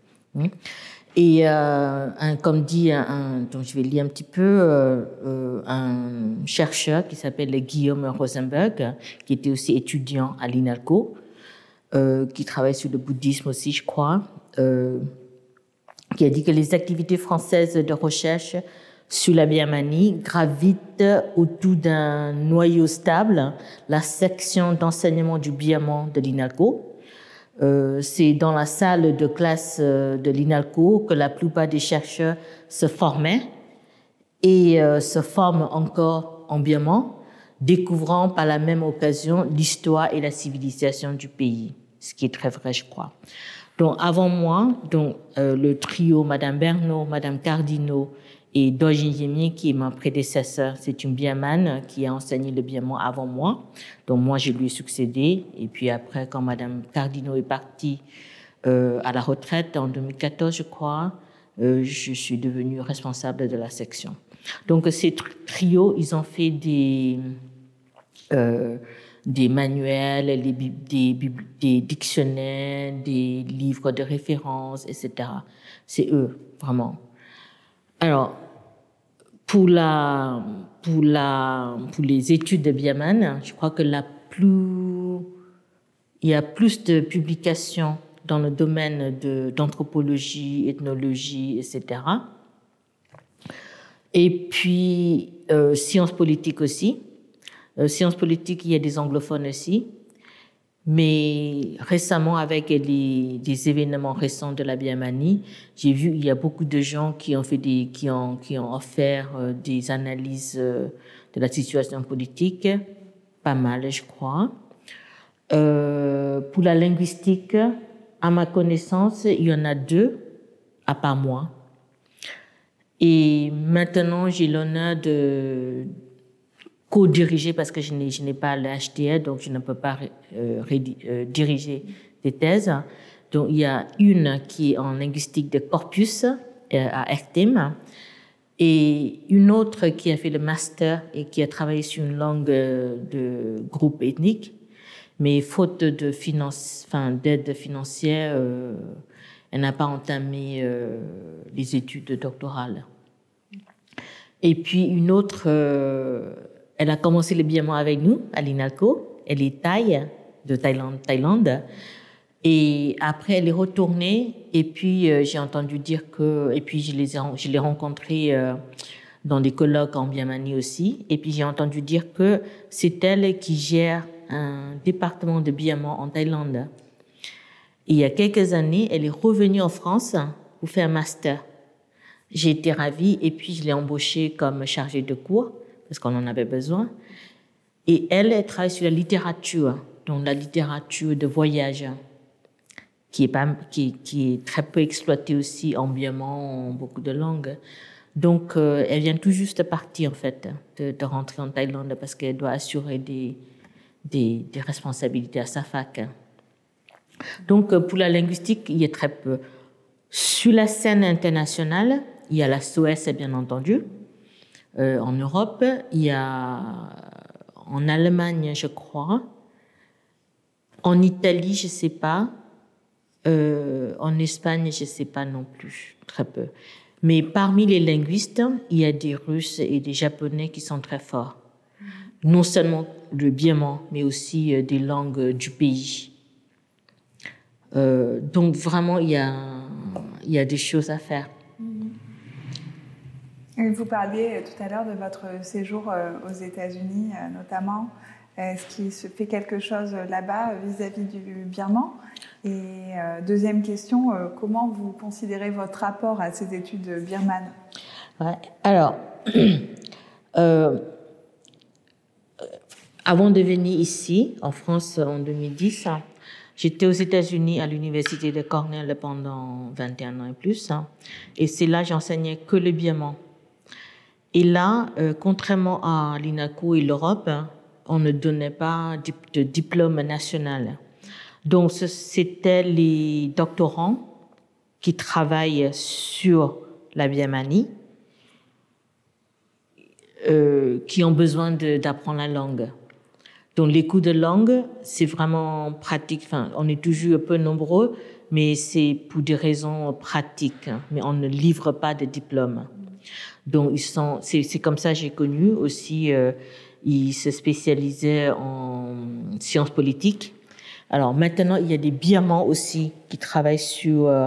Et euh, un, comme dit, un, un, donc je vais lire un petit peu, euh, euh, un chercheur qui s'appelle Guillaume Rosenberg, qui était aussi étudiant à l'INALCO, euh, qui travaille sur le bouddhisme aussi, je crois, euh, qui a dit que les activités françaises de recherche sur la Birmanie gravitent autour d'un noyau stable, la section d'enseignement du birman de l'INALCO, Euh, c'est dans la salle de classe euh, de l'INALCO que la plupart des chercheurs se formaient et euh, se forment encore en birman, découvrant par la même occasion l'histoire et la civilisation du pays, ce qui est très vrai, je crois. Donc, avant moi, donc, euh, le trio Madame Bernot, Madame Cardinot et Dojin Yemi, qui est ma prédécesseur, c'est une birmane qui a enseigné le birman avant moi. Donc, moi, je lui ai succédé. Et puis après, quand Madame Cardinot est partie euh, à la retraite en deux mille quatorze, je crois, euh, je suis devenue responsable de la section. Donc, ces trios, ils ont fait des... Euh, des manuels, des, des, des dictionnaires, des livres de référence, et cetera. C'est eux, vraiment. Alors, pour, la, pour, la, pour les études de birmane, je crois que la plus, il y a plus de publications dans le domaine de, d'anthropologie, ethnologie, et cetera. Et puis, euh, sciences politiques aussi. Euh, sciences politiques, il y a des anglophones aussi. Mais récemment, avec les, les événements récents de la Birmanie, j'ai vu qu'il y a beaucoup de gens qui ont fait des, qui ont, qui ont offert euh, des analyses euh, de la situation politique, pas mal, je crois. Euh, pour la linguistique, à ma connaissance, il y en a deux, à part moi. Et maintenant, j'ai l'honneur de co-diriger, parce que je n'ai, je n'ai pas le H T L, donc je ne peux pas euh, rédi- euh, diriger des thèses. Donc, il y a une qui est en linguistique de corpus euh, à R T M et une autre qui a fait le master et qui a travaillé sur une langue euh, de groupe ethnique, mais faute de finance, enfin, d'aide financière, euh, elle n'a pas entamé euh, les études doctorales. Et puis une autre... Euh, Elle a commencé le birman avec nous à l'INALCO. Elle est thaï, de Thaïlande, Thaïlande. Et après, elle est retournée. Et puis, euh, j'ai entendu dire que... Et puis, je, les ai, je l'ai rencontrée euh, dans des colloques en Birmanie aussi. Et puis, j'ai entendu dire que c'est elle qui gère un département de birman en Thaïlande. Et il y a quelques années, elle est revenue en France pour faire un master. J'ai été ravie. Et puis, je l'ai embauchée comme chargée de cours, parce qu'on en avait besoin. Et elle, elle travaille sur la littérature, donc la littérature de voyage, qui est, pas, qui, qui est très peu exploitée aussi en birman, en beaucoup de langues. Donc, euh, elle vient tout juste de partir, en fait, de, de rentrer en Thaïlande, parce qu'elle doit assurer des, des, des responsabilités à sa fac. Donc, pour la linguistique, il y a très peu. Sur la scène internationale, il y a la S O S, bien entendu. Euh, en Europe, il y a en Allemagne, je crois, en Italie, je ne sais pas, euh, en Espagne, je ne sais pas non plus, très peu. Mais parmi les linguistes, il y a des Russes et des Japonais qui sont très forts. Non seulement le birman, mais aussi euh, des langues du pays. Euh, donc vraiment, il y a, il y a des choses à faire. Vous parliez tout à l'heure de votre séjour aux États-Unis, notamment. Est-ce qu'il se fait quelque chose là-bas vis-à-vis du birman? Et deuxième question, comment vous considérez votre rapport à ces études birmanes? Ouais. Alors, euh, avant de venir ici, en France, en deux mille dix, j'étais aux États-Unis à l'université de Cornell pendant vingt et un ans et plus. Et c'est là que j'enseignais que le birman. Et là, euh, contrairement à l'INALCO et l'Europe, on ne donnait pas de diplôme national. Donc, c'était les doctorants qui travaillent sur la Birmanie euh, qui ont besoin de, d'apprendre la langue. Donc, les cours de langue, c'est vraiment pratique. Enfin, on est toujours un peu nombreux, mais c'est pour des raisons pratiques. Mais on ne livre pas de diplôme. Donc, ils sont, c'est, c'est comme ça que j'ai connu aussi, euh, ils se spécialisaient en sciences politiques. Alors, maintenant, il y a des birmans aussi qui travaillent sur euh,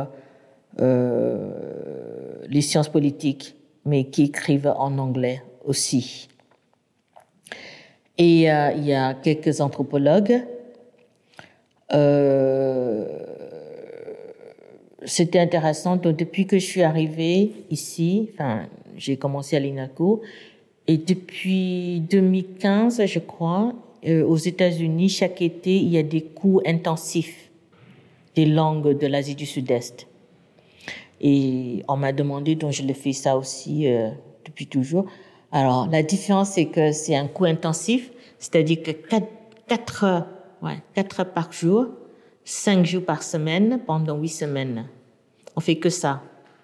euh, les sciences politiques, mais qui écrivent en anglais aussi. Et euh, il y a quelques anthropologues. Euh, c'était intéressant. Donc, depuis que je suis arrivée ici, enfin, j'ai commencé à l'INALCO, et depuis deux mille quinze, je crois, euh, aux États-Unis, chaque été, il y a des cours intensifs des langues de l'Asie du Sud-Est. Et on m'a demandé, donc je le fais ça aussi euh, depuis toujours. Alors, la différence, c'est que c'est un cours intensif, c'est-à-dire que quatre, quatre heures, ouais, quatre heures par jour, cinq jours par semaine, pendant huit semaines. On fait que ça.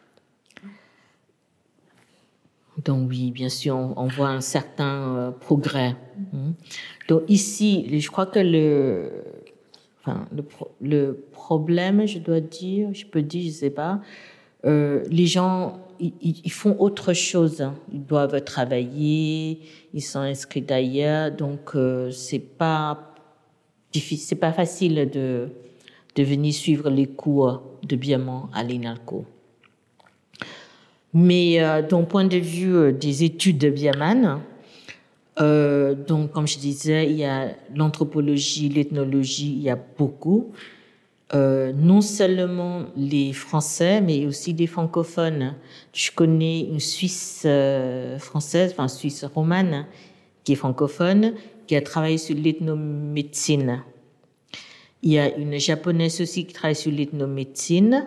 Donc oui, bien sûr, on, on voit un certain euh, progrès. Mmh. Donc ici, je crois que le, enfin, le, le problème, je dois dire, je peux dire, je sais pas, euh, les gens, ils, ils font autre chose. Hein. Ils doivent travailler, ils sont inscrits d'ailleurs, donc euh, c'est pas difficile, c'est pas facile de de venir suivre les cours de Biaman à l'INALCO. Mais euh, d'un point de vue euh, des études de Biaman, euh, donc comme je disais, il y a l'anthropologie, l'ethnologie, il y a beaucoup. Euh, non seulement les Français, mais aussi des francophones. Je connais une Suisse euh, française, enfin Suisse romane, qui est francophone, qui a travaillé sur l'ethnomédecine. Il y a une japonaise aussi qui travaille sur l'ethnomédecine.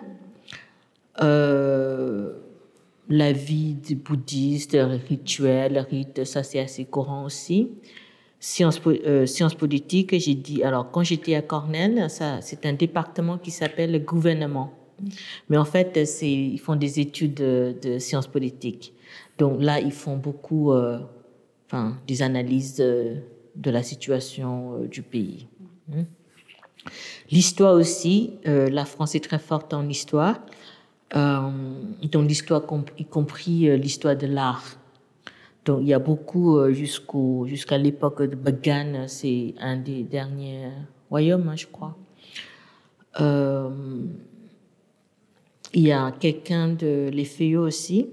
Euh, la vie des bouddhistes, rituels, rites, ça c'est assez courant aussi. Sciences, euh, sciences politiques, j'ai dit, alors quand j'étais à Cornell, ça, c'est un département qui s'appelle le gouvernement. Mais en fait, c'est, ils font des études de, de sciences politiques. Donc là, ils font beaucoup, euh, enfin, des analyses de, de la situation euh, du pays. Hum. L'histoire aussi, euh, la France est très forte en histoire, euh, donc l'histoire, y compris euh, l'histoire de l'art. Donc il y a beaucoup euh, jusqu'au, jusqu'à l'époque de Bagan, c'est un des derniers royaumes, hein, je crois. Euh, il y a quelqu'un de l'Eféo aussi.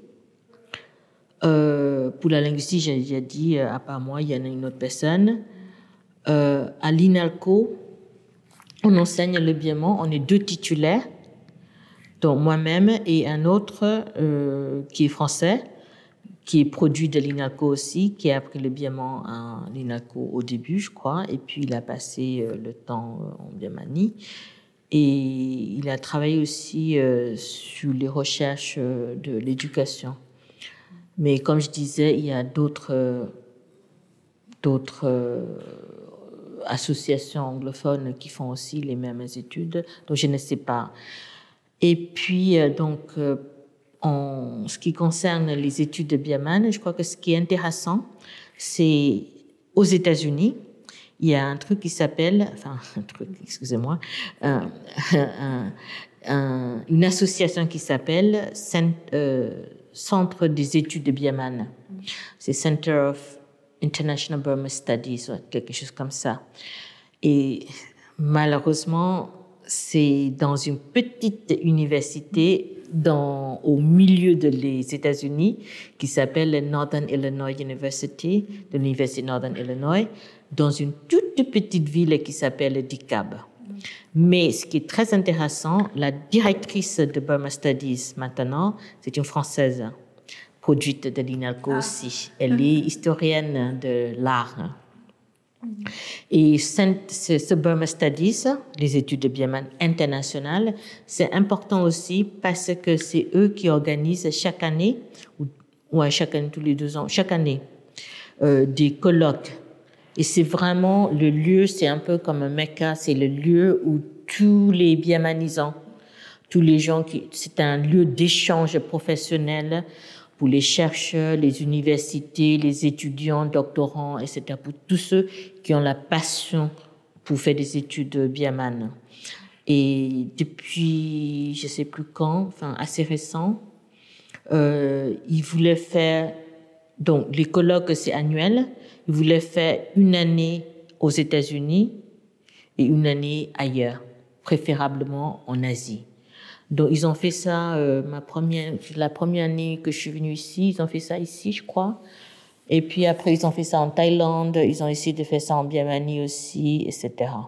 Euh, pour la linguistique, j'ai déjà dit, à part moi, il y en a une autre personne. Euh, à l'INALCO, on enseigne le biaman, on est deux titulaires, donc moi-même et un autre euh, qui est français, qui est produit de l'INALCO aussi, qui a appris le biaman à l'INALCO au début, je crois, et puis il a passé euh, le temps euh, en Birmanie. Et il a travaillé aussi euh, sur les recherches euh, de l'éducation. Mais comme je disais, il y a d'autres, euh, d'autres euh, associations anglophones qui font aussi les mêmes études, donc je ne sais pas. Et puis, donc, en ce qui concerne les études de Biaman, je crois que ce qui est intéressant, c'est aux États-Unis, il y a un truc qui s'appelle, enfin, un truc, excusez-moi, un, un, un, une association qui s'appelle euh, Centre des études de Biaman. C'est Center of International Burma Studies, ou quelque chose comme ça. Et malheureusement, c'est dans une petite université dans, au milieu des États-Unis qui s'appelle Northern Illinois University, de l'Université Northern Illinois, dans une toute petite ville qui s'appelle DeKalb. Mais ce qui est très intéressant, la directrice de Burma Studies maintenant, c'est une Française, produite de l'INALCO ah. aussi. Elle est historienne de l'art. Et ce Burma Studies, les études de Biaman internationales, c'est important aussi parce que c'est eux qui organisent chaque année, ou, ou chaque année, tous les deux ans, chaque année, euh, des colloques. Et c'est vraiment le lieu, c'est un peu comme un Mecca, c'est le lieu où tous les biamanisants, tous les gens qui, c'est un lieu d'échange professionnel pour les chercheurs, les universités, les étudiants, doctorants, et cetera, pour tous ceux qui ont la passion pour faire des études biaman. Et depuis, je ne sais plus quand, enfin assez récent, euh, ils voulaient faire, donc les colloques c'est annuel, ils voulaient faire une année aux États-Unis et une année ailleurs, préférablement en Asie. Donc, ils ont fait ça, euh, ma première, la première année que je suis venue ici, ils ont fait ça ici, je crois. Et puis après, ils ont fait ça en Thaïlande, ils ont essayé de faire ça en Birmanie aussi, et cetera.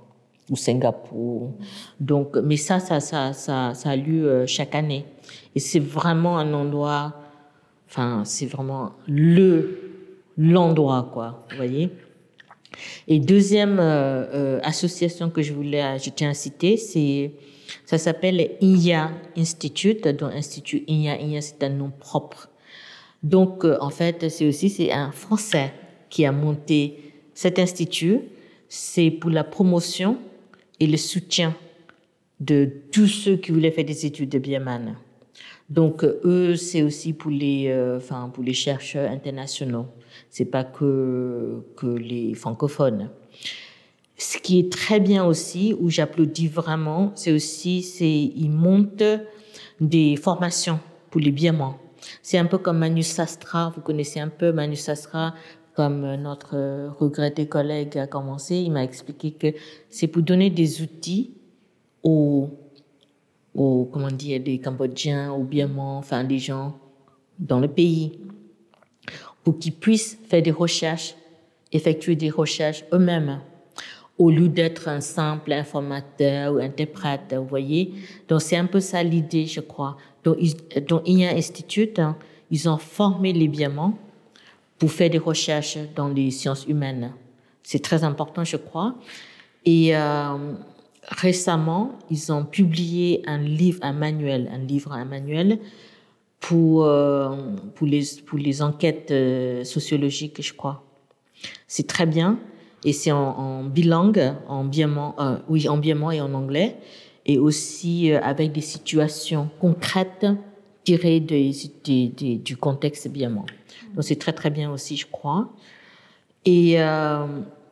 ou Singapour. Donc, mais ça, ça, ça, ça, ça a lieu chaque année. Et c'est vraiment un endroit, enfin, c'est vraiment le, l'endroit, quoi, vous voyez. Et deuxième euh, euh, association que je voulais, je tiens à citer, c'est, ça s'appelle I N Y A Institute, donc Institut I N Y A. I N Y A, c'est un nom propre. Donc, euh, en fait, c'est aussi, c'est un Français qui a monté cet institut. C'est pour la promotion et le soutien de tous ceux qui voulaient faire des études de Birmane. Donc, eux, c'est aussi pour les, euh, enfin, pour les chercheurs internationaux. C'est pas que, que les francophones. Ce qui est très bien aussi, où j'applaudis vraiment, c'est aussi, c'est, ils montent des formations pour les birmans. C'est un peu comme Manu Sastra, vous connaissez un peu Manu Sastra, comme notre regretté collègue a commencé, il m'a expliqué que c'est pour donner des outils aux, aux comment dire, des Cambodgiens, aux Birmans, enfin des gens dans le pays, pour qu'ils puissent faire des recherches, effectuer des recherches eux-mêmes, au lieu d'être un simple informateur ou interprète, vous voyez. Donc c'est un peu ça l'idée, je crois. Donc, ils, donc I N Y A Institute, hein, ils ont formé les Birmans pour faire des recherches dans les sciences humaines. C'est très important, je crois. Et euh, récemment, ils ont publié un livre, un manuel, un livre, un manuel pour euh, pour les pour les enquêtes euh, sociologiques, je crois. C'est très bien et c'est en, en bilingue, en birman, euh, oui, en birman et en anglais, et aussi euh, avec des situations concrètes tirées de, de, de, du contexte birman. Donc c'est très très bien aussi, je crois. Et euh,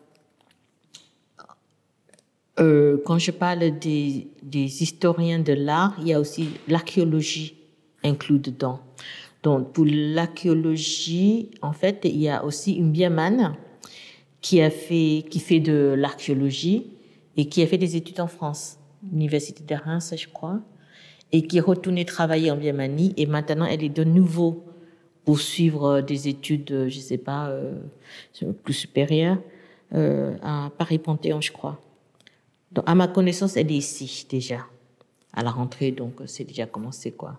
euh, quand je parle des, des historiens de l'art, il y a aussi l'archéologie inclus dedans. Donc pour l'archéologie, en fait, il y a aussi une birmane qui a fait, qui fait de l'archéologie et qui a fait des études en France, l'université de Reims, je crois, et qui est retournée travailler en Birmanie et maintenant elle est de nouveau poursuivre des études, je sais pas, euh, plus supérieures, euh, à Paris-Panthéon, je crois. Donc, à ma connaissance, elle est ici, déjà, à la rentrée, donc c'est déjà commencé, quoi.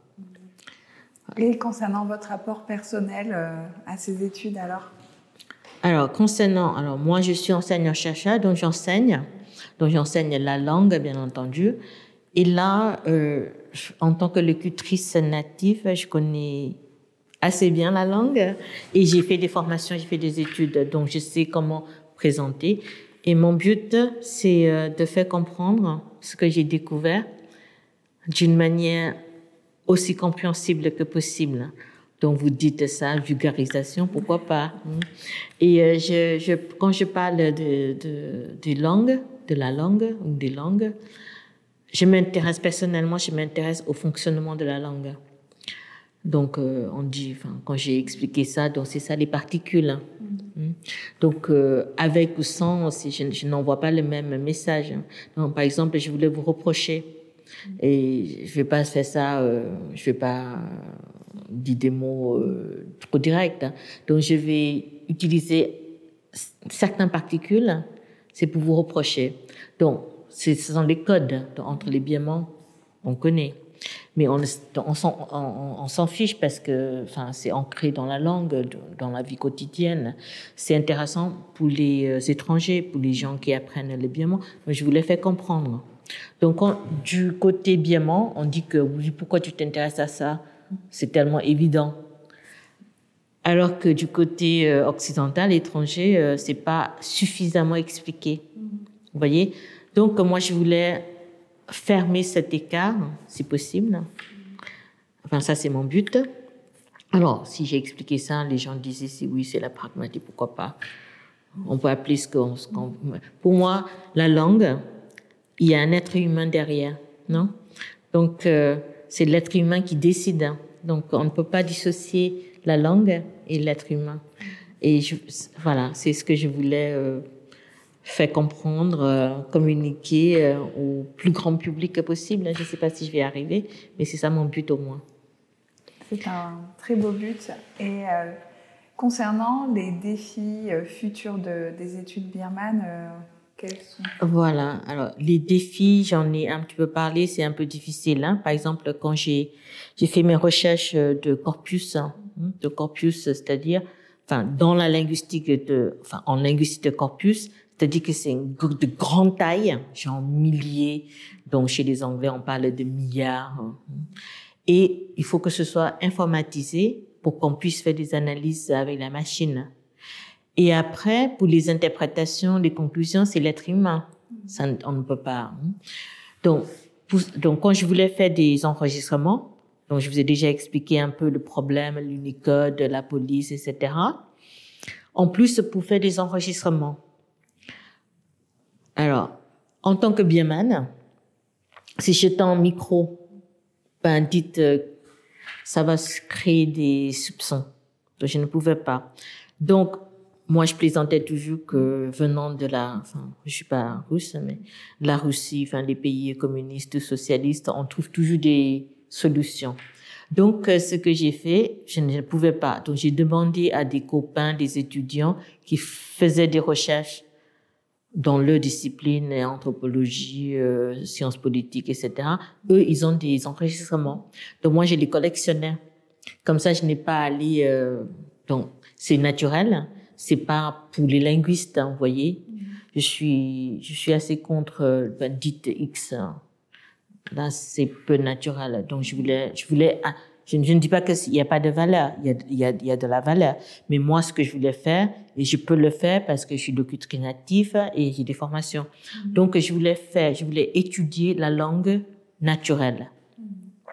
Et concernant votre rapport personnel euh, à ces études, alors? Alors, concernant, alors, moi, je suis enseignant-chercheur, donc j'enseigne, donc j'enseigne la langue, bien entendu. Et là, euh, en tant que locutrice native, je connais assez bien la langue et j'ai fait des formations, j'ai fait des études, donc je sais comment présenter. Et mon but, c'est de faire comprendre ce que j'ai découvert d'une manière aussi compréhensible que possible. Donc vous dites ça, vulgarisation, pourquoi pas. Et je, je, quand je parle de, de, de langue, de la langue ou des langues, je m'intéresse personnellement, je m'intéresse au fonctionnement de la langue. Donc, euh, on dit, enfin, quand j'ai expliqué ça, donc c'est ça les particules. Mmh. Donc, euh, avec ou sans, je, je n'envoie pas le même message. Donc, par exemple, je voulais vous reprocher, et je vais pas faire ça, euh, je vais pas dire des mots euh, trop directs. Hein. Donc, je vais utiliser certaines particules, c'est pour vous reprocher. Donc, ce sont les codes entre les birmans, on connaît. Mais on, on, s'en, on, on s'en fiche parce que enfin, c'est ancré dans la langue, dans la vie quotidienne. C'est intéressant pour les étrangers, pour les gens qui apprennent le birman. Mais je voulais faire comprendre. Donc, on, du côté birman, on dit que oui, pourquoi tu t'intéresses à ça? C'est tellement évident. Alors que du côté euh, occidental, étranger, euh, c'est pas suffisamment expliqué. Vous voyez? Donc, moi, je voulais fermer cet écart, si possible. Enfin, ça, c'est mon but. Alors, si j'ai expliqué ça, les gens disaient, si oui, c'est la pragmatique, pourquoi pas. On peut appeler ce qu'on... Ce qu'on... Pour moi, la langue, il y a un être humain derrière, non? Donc, euh, c'est l'être humain qui décide. Donc, on ne peut pas dissocier la langue et l'être humain. Et je, voilà, c'est ce que je voulais... Euh, faire comprendre, euh, communiquer euh, au plus grand public que possible. Je ne sais pas si je vais y arriver, mais c'est ça mon but au moins. C'est un très beau but. Et euh, concernant les défis euh, futurs de, des études birmanes, euh, quels sont? Voilà. Alors, les défis, j'en ai un petit peu parlé, c'est un peu difficile. Hein. Par exemple, quand j'ai j'ai fait mes recherches de corpus, hein, de corpus, c'est-à-dire, enfin, dans la linguistique de, enfin, en linguistique de corpus, c'est-à-dire que c'est une de grande taille, genre milliers. Donc, chez les Anglais, on parle de milliards. Hein. Et il faut que ce soit informatisé pour qu'on puisse faire des analyses avec la machine. Et après, pour les interprétations, les conclusions, c'est l'être humain. Ça, on ne peut pas. Hein. Donc, pour, donc, quand je voulais faire des enregistrements, donc je vous ai déjà expliqué un peu le problème, l'Unicode, la police, et cetera. En plus, pour faire des enregistrements. Alors, en tant que bioman, si j'étais en micro, ben, dites, euh, ça va créer des soupçons. Donc, je ne pouvais pas. Donc, moi, je plaisantais toujours que venant de la, enfin, je suis pas russe, mais de la Russie, enfin, les pays communistes, socialistes, on trouve toujours des solutions. Donc, ce que j'ai fait, je ne pouvais pas. Donc, j'ai demandé à des copains, des étudiants qui faisaient des recherches dans leur discipline, anthropologie, euh, sciences politiques, et cetera. Eux, ils ont des enregistrements. Donc, moi, je les collectionnais. Comme ça, je n'ai pas à aller, euh, donc, c'est naturel. C'est pas pour les linguistes, hein, vous voyez. Je suis, je suis assez contre, ben, dites X. Hein. Là, c'est peu naturel. Donc, je voulais, je voulais, je ne, je ne dis pas qu'il n'y a pas de valeur. Il y a, il y a, il y a de la valeur. Mais moi, ce que je voulais faire, et je peux le faire parce que je suis locutrice native et j'ai des formations. Mmh. Donc, je voulais faire, je voulais étudier la langue naturelle. Mmh.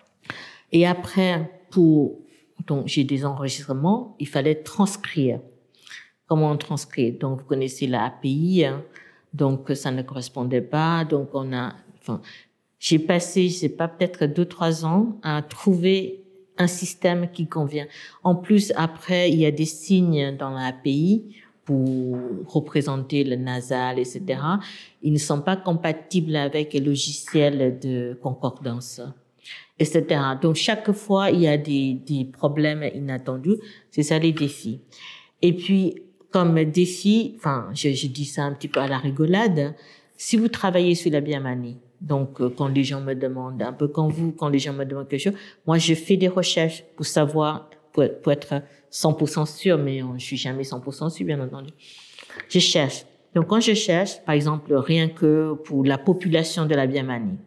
Et après, pour, donc, j'ai des enregistrements, il fallait transcrire. Comment on transcrit? Donc, vous connaissez la A P I, hein, donc ça ne correspondait pas. Donc, on a, enfin, j'ai passé, je sais pas, peut-être deux, trois ans à trouver un système qui convient. En plus, après, il y a des signes dans la A P I pour représenter le nasal, et cetera. Ils ne sont pas compatibles avec les logiciels de concordance, et cetera. Donc, chaque fois, il y a des, des problèmes inattendus. C'est ça les défis. Et puis, comme défi, enfin, je, je dis ça un petit peu à la rigolade, si vous travaillez sur la birmanie, donc euh, quand les gens me demandent, un peu comme vous, quand les gens me demandent quelque chose, moi je fais des recherches pour savoir, pour, pour être cent pour cent sûr, mais je suis jamais cent pour cent sûr, bien entendu. Je cherche. Donc quand je cherche, par exemple, rien que pour la population de la Birmanie,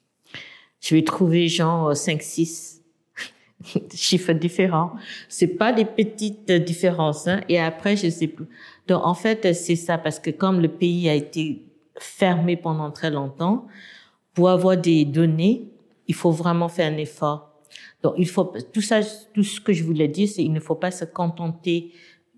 je vais trouver genre cinq, six chiffres différents. C'est pas des petites différences, hein. Et après, je sais plus. Donc, en fait, c'est ça, parce que comme le pays a été fermé pendant très longtemps, pour avoir des données, il faut vraiment faire un effort. Donc, il faut, tout ça, tout ce que je voulais dire, c'est il ne faut pas se contenter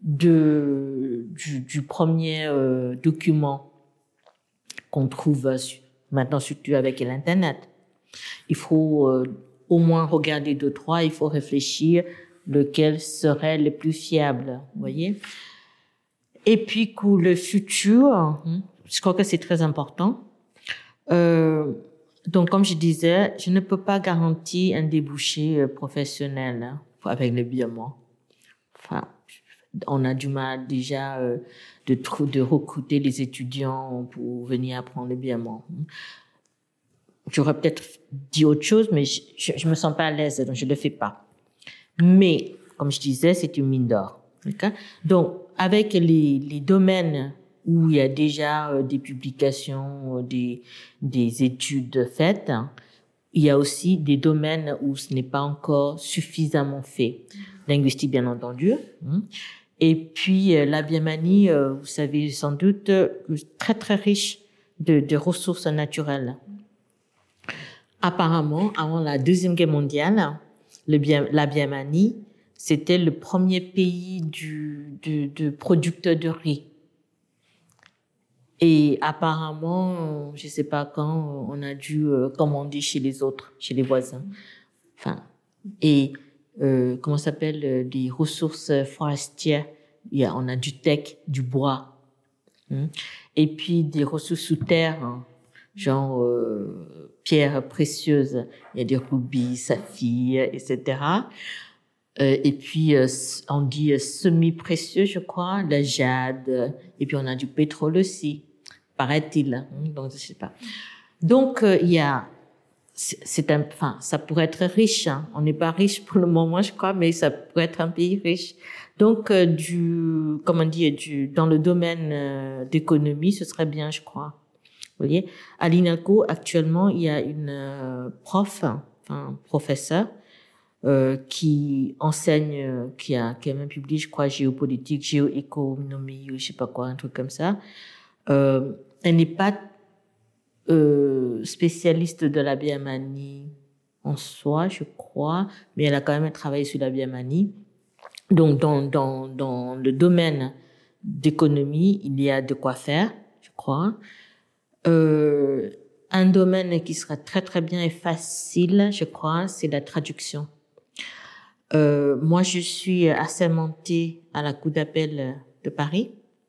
de, du, du premier euh, document qu'on trouve maintenant, surtout avec l'Internet. Il faut, euh, au moins regarder deux, trois, il faut réfléchir lequel serait le plus fiable, vous voyez. Et puis, pour le futur, je crois que c'est très important. Euh, donc, comme je disais, je ne peux pas garantir un débouché professionnel hein, avec le bioman. Enfin, on a du mal déjà euh, de, de recruter les étudiants pour venir apprendre le bioman. J'aurais peut-être dit autre chose, mais je, je, je me sens pas à l'aise, donc je le fais pas. Mais, comme je disais, c'est une mine d'or. Okay? Donc, avec les, les domaines où il y a déjà euh, des publications, euh, des, des études faites, hein, il y a aussi des domaines où ce n'est pas encore suffisamment fait. Linguistique, bien entendu. Hein. Et puis, euh, la Birmanie, euh, vous savez sans doute, euh, très, très riche de, de ressources naturelles. Apparemment, avant la Deuxième Guerre mondiale, le, la Birmanie, c'était le premier pays du, du, de producteur de riz. Et apparemment, je ne sais pas quand, on a dû euh, commander chez les autres, chez les voisins. Enfin, et euh, comment ça s'appelle, euh, les ressources forestières. Il y a, on a du teck, du bois. Hein, et puis des ressources sous terre, hein, genre euh, pierres précieuses, il y a des rubis, saphirs, et cetera. Euh, et puis euh, on dit euh, semi-précieux, je crois, le jade, et puis on a du pétrole aussi. paraît-il. Hein, donc, je sais pas. Donc, euh, il y a, c'est un, enfin, ça pourrait être riche. Hein. On n'est pas riche pour le moment, je crois, mais ça pourrait être un pays riche. Donc, euh, du, comment dire, du, dans le domaine euh, d'économie, ce serait bien, je crois. Vous voyez, à l'INALCO, actuellement, il y a une euh, prof, enfin, professeur, euh, qui enseigne, euh, qui a, qui a même publié, je crois, géopolitique, géoéconomie, ou je sais pas quoi, un truc comme ça. Euh, elle n'est pas euh, spécialiste de la Birmanie en soi, je crois, mais elle a quand même travaillé sur la Birmanie. Donc, dans, dans, dans le domaine d'économie, il y a de quoi faire, je crois. Euh, un domaine qui sera très, très bien et facile, je crois, c'est la traduction. Euh, moi, je suis assermentée à la Cour d'appel de Paris.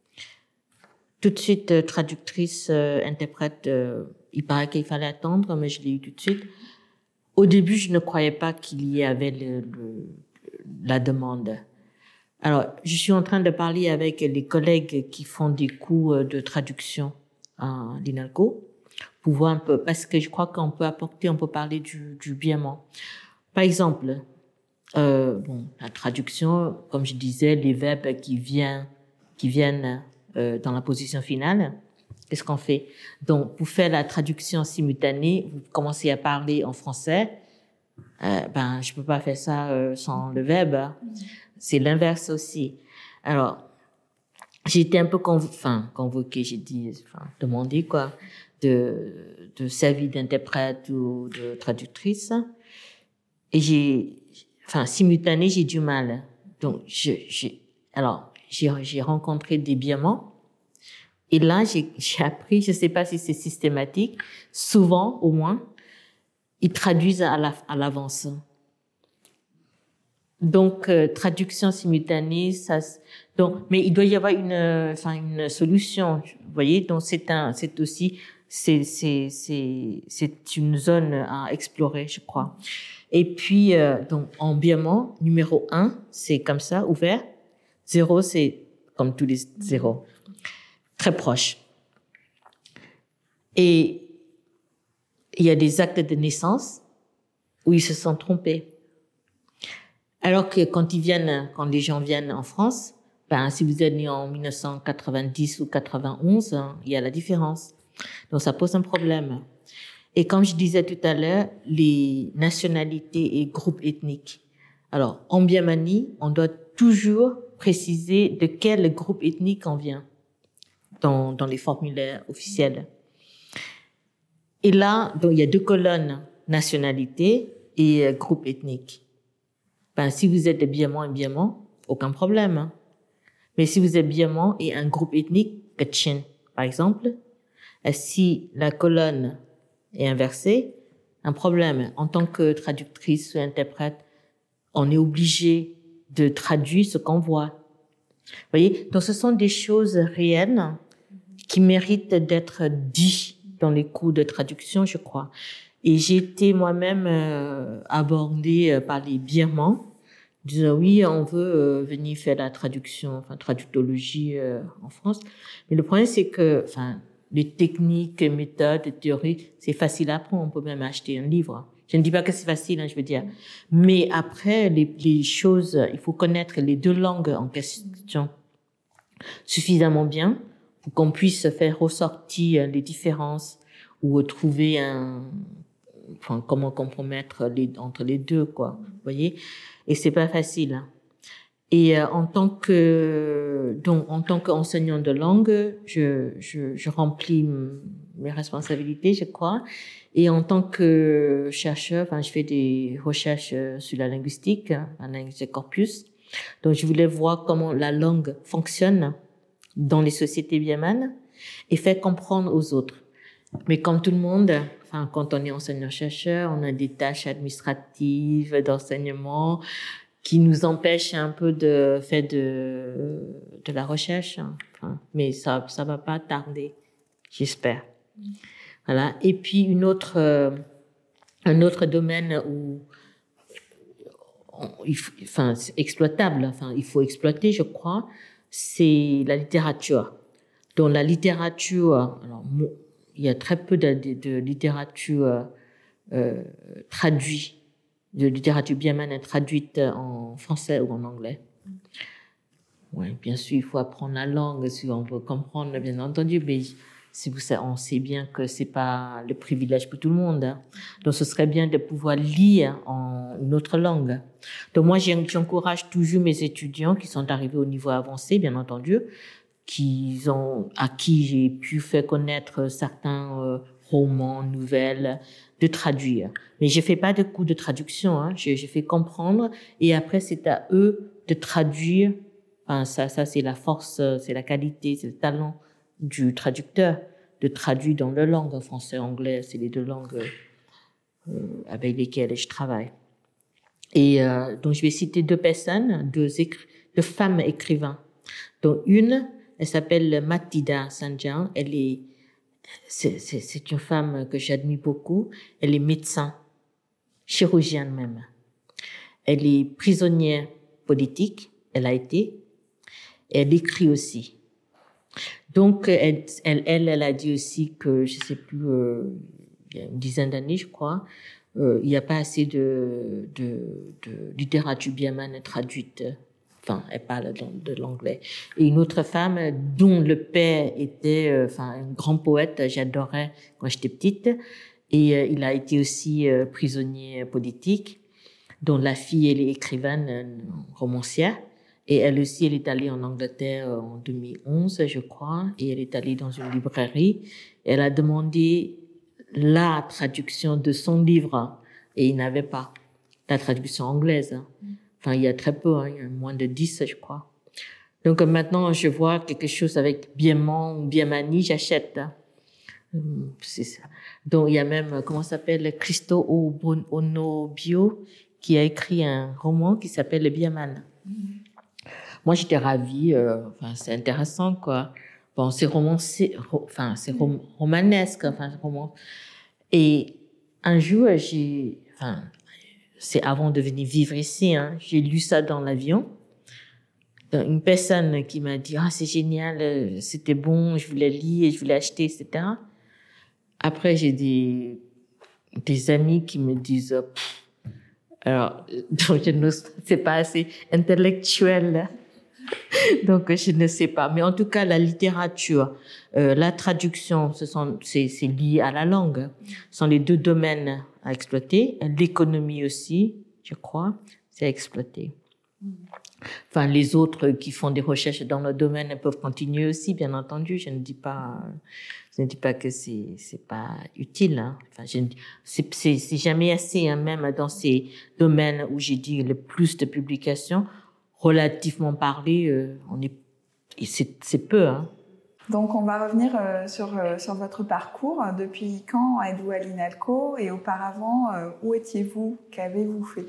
Tout de suite, euh, traductrice, euh, interprète, euh, il paraît qu'il fallait attendre, mais je l'ai eu tout de suite. Au début, je ne croyais pas qu'il y avait le, le, la demande. Alors, je suis en train de parler avec les collègues qui font des cours de traduction à l'INALCO pour voir un peu, parce que je crois qu'on peut apporter, on peut parler du, du birman. Par exemple, euh, bon, la traduction, comme je disais, les verbes qui viennent, qui viennent euh, dans la position finale, qu'est-ce qu'on fait? Donc, pour faire la traduction simultanée, vous commencez à parler en français, euh, ben, je peux pas faire ça euh, sans le verbe. Hein. C'est l'inverse aussi. Alors, j'ai été un peu convo- enfin, convoquée, j'ai dit, enfin, demandé quoi, de, de servir d'interprète ou de traductrice. Et j'ai, enfin, simultané, j'ai du mal. Donc, je, j'ai, alors, j'ai, j'ai rencontré des birmans. Et là, j'ai, j'ai appris, je sais pas si c'est systématique, souvent, au moins, ils traduisent à la, à l'avance. Donc, euh, traduction simultanée, ça, donc, mais il doit y avoir une, euh, enfin, une solution. Vous voyez, donc c'est un, c'est aussi, c'est, c'est, c'est, c'est une zone à explorer, je crois. Et puis, euh, donc, en birman, numéro un, c'est comme ça, ouvert. Zéro, c'est comme tous les zéros. Très proche. Et il y a des actes de naissance où ils se sont trompés. Alors que quand ils viennent, quand les gens viennent en France, ben, si vous êtes né en mille neuf cent quatre-vingt-dix ou quatre-vingt-onze, hein, il y a la différence. Donc, ça pose un problème. Et comme je disais tout à l'heure, les nationalités et groupes ethniques. Alors, en Birmanie, on doit toujours préciser de quel groupe ethnique on vient dans, dans les formulaires officiels. Et là, donc, il y a deux colonnes, nationalité et euh, groupe ethnique. Ben, si vous êtes birman et birman, aucun problème. Hein. Mais si vous êtes birman et un groupe ethnique, Kachin, par exemple, si la colonne est inversée, un problème. En tant que traductrice ou interprète, on est obligé de traduire ce qu'on voit. Vous voyez? Donc, ce sont des choses réelles qui méritent d'être dites dans les cours de traduction, je crois. Et j'ai été moi-même euh, abordée euh, par les birmans, disant oui, on veut euh, venir faire la traduction, enfin traductologie euh, en France. Mais le problème, c'est que, enfin, les techniques, les méthodes, les théories, c'est facile à apprendre. On peut même acheter un livre. Je ne dis pas que c'est facile, hein, je veux dire. Mais après, les, les choses, il faut connaître les deux langues en question suffisamment bien pour qu'on puisse faire ressortir les différences ou trouver un, enfin, comment compromettre les, entre les deux, quoi. Vous voyez? Et c'est pas facile. Hein. Et euh, en tant que, donc, en tant qu'enseignant de langue, je, je, je remplis mes responsabilités, je crois. Et en tant que chercheur, enfin, je fais des recherches sur la linguistique, la linguistique corpus. Donc, je voulais voir comment la langue fonctionne dans les sociétés birmanes et faire comprendre aux autres. Mais comme tout le monde, enfin, quand on est enseignant-chercheur, on a des tâches administratives, d'enseignement, qui nous empêchent un peu de faire de, de la recherche. Enfin, mais ça, ça va pas tarder, j'espère. Voilà. Et puis, une autre, euh, un autre domaine où, on, il faut, enfin, c'est exploitable, enfin, il faut exploiter, je crois, c'est la littérature. Dans la littérature, alors, il y a très peu de, de, de littérature euh, traduite, de littérature birmane traduite en français ou en anglais. Oui, bien sûr, il faut apprendre la langue si on veut comprendre, bien entendu, mais si vous savez, on sait bien que c'est pas le privilège pour tout le monde. Hein. Donc, ce serait bien de pouvoir lire en une autre langue. Donc, moi, j'encourage toujours mes étudiants qui sont arrivés au niveau avancé, bien entendu, qui ont, à qui j'ai pu faire connaître certains euh, romans, nouvelles, de traduire. Mais je fais pas de cours de traduction, hein. Je, je fais comprendre et après, c'est à eux de traduire. Enfin, ça, ça, c'est la force, c'est la qualité, c'est le talent du traducteur de traduire dans leur langue, français, anglais, c'est les deux langues euh, avec lesquelles je travaille. Et euh, donc je vais citer deux personnes, deux, écri- deux femmes écrivains. Donc une, elle s'appelle Matilda Sanjan. Elle est, c'est, c'est, c'est une femme que j'admire beaucoup. Elle est médecin, chirurgienne même. Elle est prisonnière politique. Elle a été. Elle écrit aussi. Donc, elle, elle, elle, elle a dit aussi que, je sais plus, euh, il y a une dizaine d'années, je crois, euh, il n'y a pas assez de, de, de littérature birmane traduite. Enfin, elle parle de, de l'anglais. Et une autre femme dont le père était, euh, enfin, un grand poète, j'adorais quand j'étais petite, et euh, il a été aussi euh, prisonnier politique, dont la fille, elle est écrivaine, euh, romancière. Et elle aussi, elle est allée en Angleterre en deux mille onze, je crois, et elle est allée dans une librairie. Elle a demandé la traduction de son livre, et il n'avait pas la traduction anglaise. Enfin, il y a très peu, hein, il y a moins de dix, je crois. Donc maintenant, je vois quelque chose avec Birman ou Birmanie, j'achète. C'est ça. Donc il y a même, comment ça s'appelle, Christo Onobio, qui a écrit un roman qui s'appelle Le Birman. Moi, j'étais ravie. Euh, enfin, c'est intéressant, quoi. Bon, c'est romancé, ro, enfin, c'est rom, romanesque, enfin, roman. Et un jour, j'ai, enfin, c'est avant de venir vivre ici, hein, j'ai lu ça dans l'avion. Une personne qui m'a dit, ah, c'est génial, c'était bon, je voulais lire, je voulais acheter, et cetera. Après, j'ai des, des amis qui me disent, oh, alors, donc je ne, c'est pas assez intellectuel. Donc, je ne sais pas. Mais en tout cas, la littérature, euh, la traduction, ce sont, c'est, c'est lié à la langue. Ce sont les deux domaines à exploiter. L'économie aussi, je crois, c'est à exploiter. Enfin, les autres qui font des recherches dans le domaine peuvent continuer aussi, bien entendu. Je ne dis pas, je ne dis pas que c'est, c'est pas utile, hein. Enfin, je ne dis, c'est, c'est, c'est jamais assez, hein, même dans ces domaines où j'ai dit le plus de publications. Relativement parlé, euh, on est, c'est, c'est peu. Hein. Donc, on va revenir euh, sur, euh, sur votre parcours. Depuis quand êtes-vous à l'INALCO et auparavant, euh, où étiez-vous? Qu'avez-vous fait?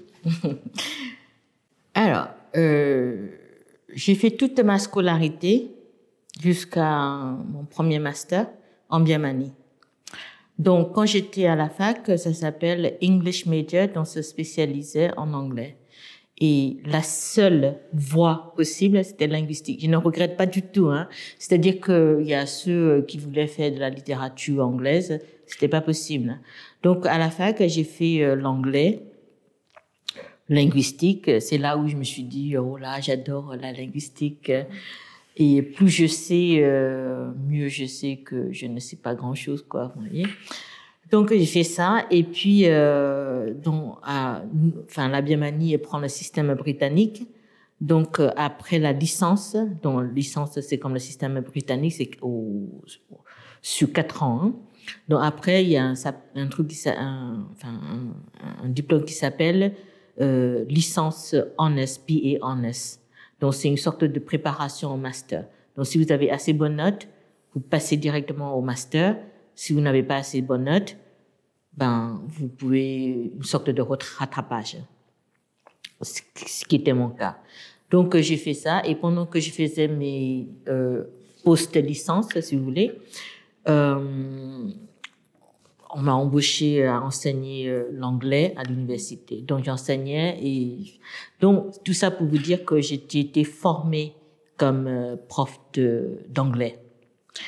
Alors, euh, j'ai fait toute ma scolarité jusqu'à mon premier master en Birmanie. Donc, quand j'étais à la fac, ça s'appelle English Major, donc se spécialisait en anglais. Et la seule voie possible, c'était linguistique. Je ne regrette pas du tout, hein. C'est-à-dire qu'il y a ceux qui voulaient faire de la littérature anglaise, c'était pas possible. Donc, à la fac, j'ai fait euh, l'anglais, linguistique. C'est là où je me suis dit, oh là, j'adore la linguistique. Et plus je sais, euh, mieux je sais que je ne sais pas grand-chose, quoi, vous voyez. Donc j'ai fait ça et puis euh, donc à, enfin la Birmanie prend le système britannique. Donc euh, après la licence, donc licence c'est comme le système britannique, c'est au, sur quatre ans. Hein. Donc après il y a un, un truc qui un, enfin un, un diplôme qui s'appelle euh, licence Honors, B A Honors. Donc c'est une sorte de préparation au master. Donc si vous avez assez bonnes notes, vous passez directement au master. Si vous n'avez pas assez de bonnes notes, ben, vous pouvez, une sorte de rattrapage. Ce qui était mon cas. Donc, j'ai fait ça, et pendant que je faisais mes, euh, post-licence, si vous voulez, euh, on m'a embauché à enseigner euh, l'anglais à l'université. Donc, j'enseignais et, donc, tout ça pour vous dire que j'ai été formée comme euh, prof de, d'anglais.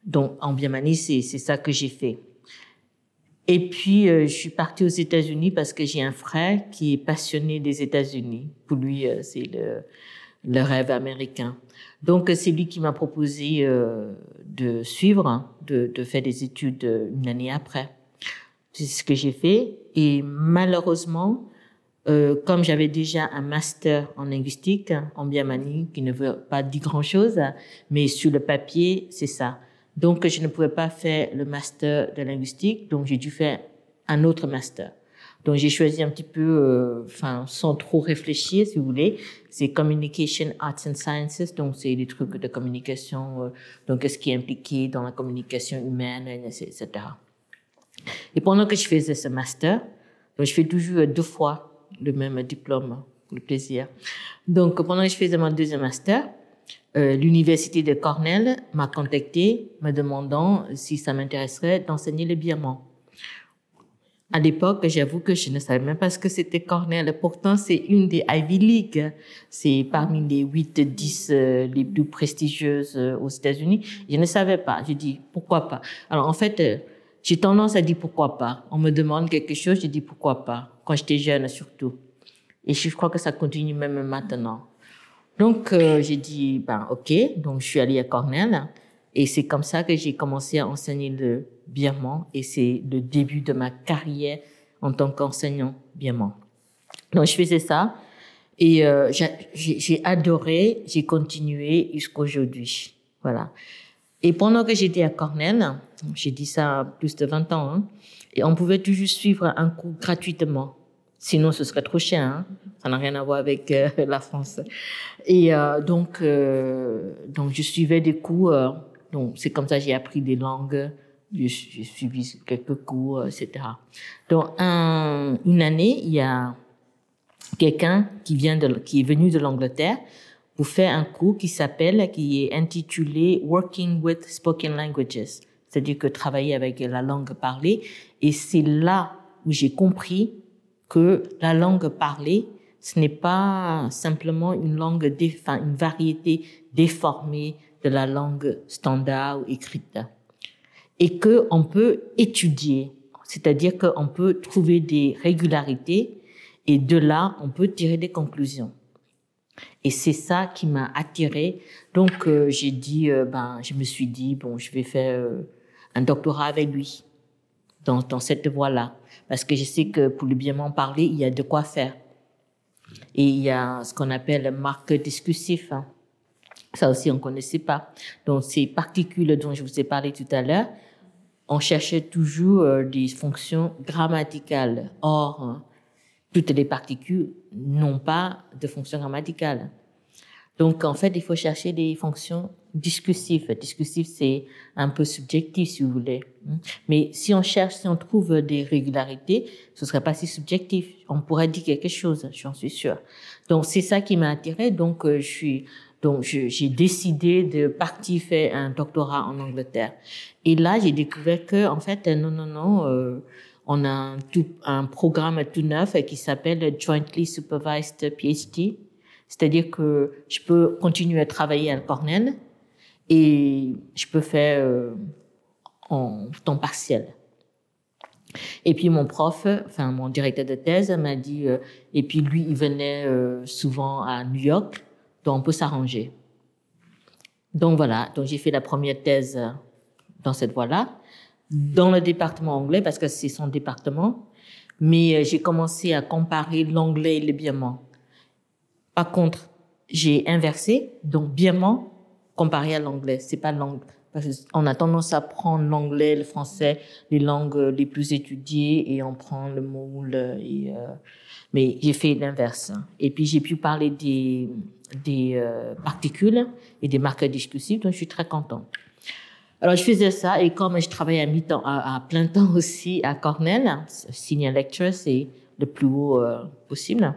Donc, en Birmanie, c'est, c'est ça que j'ai fait. Et puis, euh, je suis partie aux États-Unis parce que j'ai un frère qui est passionné des États-Unis. Pour lui, euh, c'est le, le rêve américain. Donc, c'est lui qui m'a proposé euh, de suivre, hein, de, de faire des études une année après. C'est ce que j'ai fait. Et malheureusement, euh, comme j'avais déjà un master en linguistique hein, en Birmanie, qui ne veut pas dire grand-chose, mais sur le papier, c'est ça. Donc, je ne pouvais pas faire le master de linguistique, donc j'ai dû faire un autre master. Donc, j'ai choisi un petit peu, enfin, euh, sans trop réfléchir, si vous voulez. C'est Communication Arts and Sciences, donc c'est des trucs de communication, euh, donc ce qui est impliqué dans la communication humaine, et cetera. Et pendant que je faisais ce master, donc je fais toujours deux fois le même diplôme, le plaisir. Donc, pendant que je faisais mon deuxième master, Euh, l'université de Cornell m'a contacté me demandant si ça m'intéresserait d'enseigner le birman. À l'époque, j'avoue que je ne savais même pas ce que c'était Cornell. Pourtant, c'est une des Ivy League. C'est parmi les huit, dix euh, les plus prestigieuses euh, aux États-Unis. Je ne savais pas. J'ai dit, pourquoi pas? Alors, en fait, euh, j'ai tendance à dire pourquoi pas. On me demande quelque chose, je dis pourquoi pas. Quand j'étais jeune, surtout. Et je crois que ça continue même maintenant. Donc, euh, j'ai dit, ben, OK. Donc, je suis allée à Cornell. Et c'est comme ça que j'ai commencé à enseigner le birman. Et c'est le début de ma carrière en tant qu'enseignant birman. Donc, je faisais ça. Et euh, j'ai, j'ai adoré. J'ai continué jusqu'à aujourd'hui. Voilà. Et pendant que j'étais à Cornell, j'ai dit ça à plus de vingt ans, hein, et on pouvait toujours suivre un cours gratuitement. Sinon, ce serait trop cher. Hein. Ça n'a rien à voir avec euh, la France. Et euh, donc, euh, donc, je suivais des cours. Euh, donc, c'est comme ça que j'ai appris des langues. J'ai, j'ai suivi quelques cours, et cetera. Donc, un, une année, il y a quelqu'un qui vient de, qui est venu de l'Angleterre pour faire un cours qui s'appelle, qui est intitulé Working with Spoken Languages. C'est-à-dire que travailler avec la langue parlée. Et c'est là où j'ai compris que la langue parlée, ce n'est pas simplement une langue, dé, enfin, une variété déformée de la langue standard ou écrite. Et que on peut étudier, c'est-à-dire qu'on peut trouver des régularités et de là, on peut tirer des conclusions. Et c'est ça qui m'a attirée. Donc, euh, j'ai dit, euh, ben, je me suis dit, bon, je vais faire euh, un doctorat avec lui dans, dans cette voie-là. Parce que je sais que pour le birman parler, il y a de quoi faire. Et il y a ce qu'on appelle le marqueur discursif. Hein. Ça aussi, on ne connaissait pas. Donc, ces particules dont je vous ai parlé tout à l'heure, on cherchait toujours euh, des fonctions grammaticales. Or, hein, toutes les particules n'ont pas de fonction grammaticale. Donc, en fait, il faut chercher des fonctions discursives. Discursif, c'est un peu subjectif, si vous voulez. Mais si on cherche, si on trouve des régularités, ce serait pas si subjectif. On pourrait dire quelque chose, j'en suis sûre. Donc, c'est ça qui m'a attirée. Donc, euh, je suis, donc, je, j'ai décidé de partir faire un doctorat en Angleterre. Et là, j'ai découvert que, en fait, non, non, non, euh, on a un, tout, un programme tout neuf qui s'appelle Jointly Supervised P H D. C'est-à-dire que je peux continuer à travailler à Cornell et je peux faire euh, en temps partiel. Et puis mon prof, enfin mon directeur de thèse m'a dit, euh, et puis lui il venait euh, souvent à New York, donc on peut s'arranger. Donc voilà, donc j'ai fait la première thèse dans cette voie-là, dans le département anglais parce que c'est son département, mais euh, j'ai commencé à comparer l'anglais et le birman. Par contre, j'ai inversé, donc birman comparé à l'anglais. C'est pas l'anglais. Parce qu'on a tendance à prendre l'anglais, le français, les langues les plus étudiées, et on prend le moule. Et, euh, mais j'ai fait l'inverse. Et puis j'ai pu parler des, des euh, particules et des marqueurs discursifs, donc je suis très contente. Alors je faisais ça, et comme je travaillais à mi-temps, à, à plein temps aussi à Cornell, senior lecturer, c'est le plus haut euh, possible.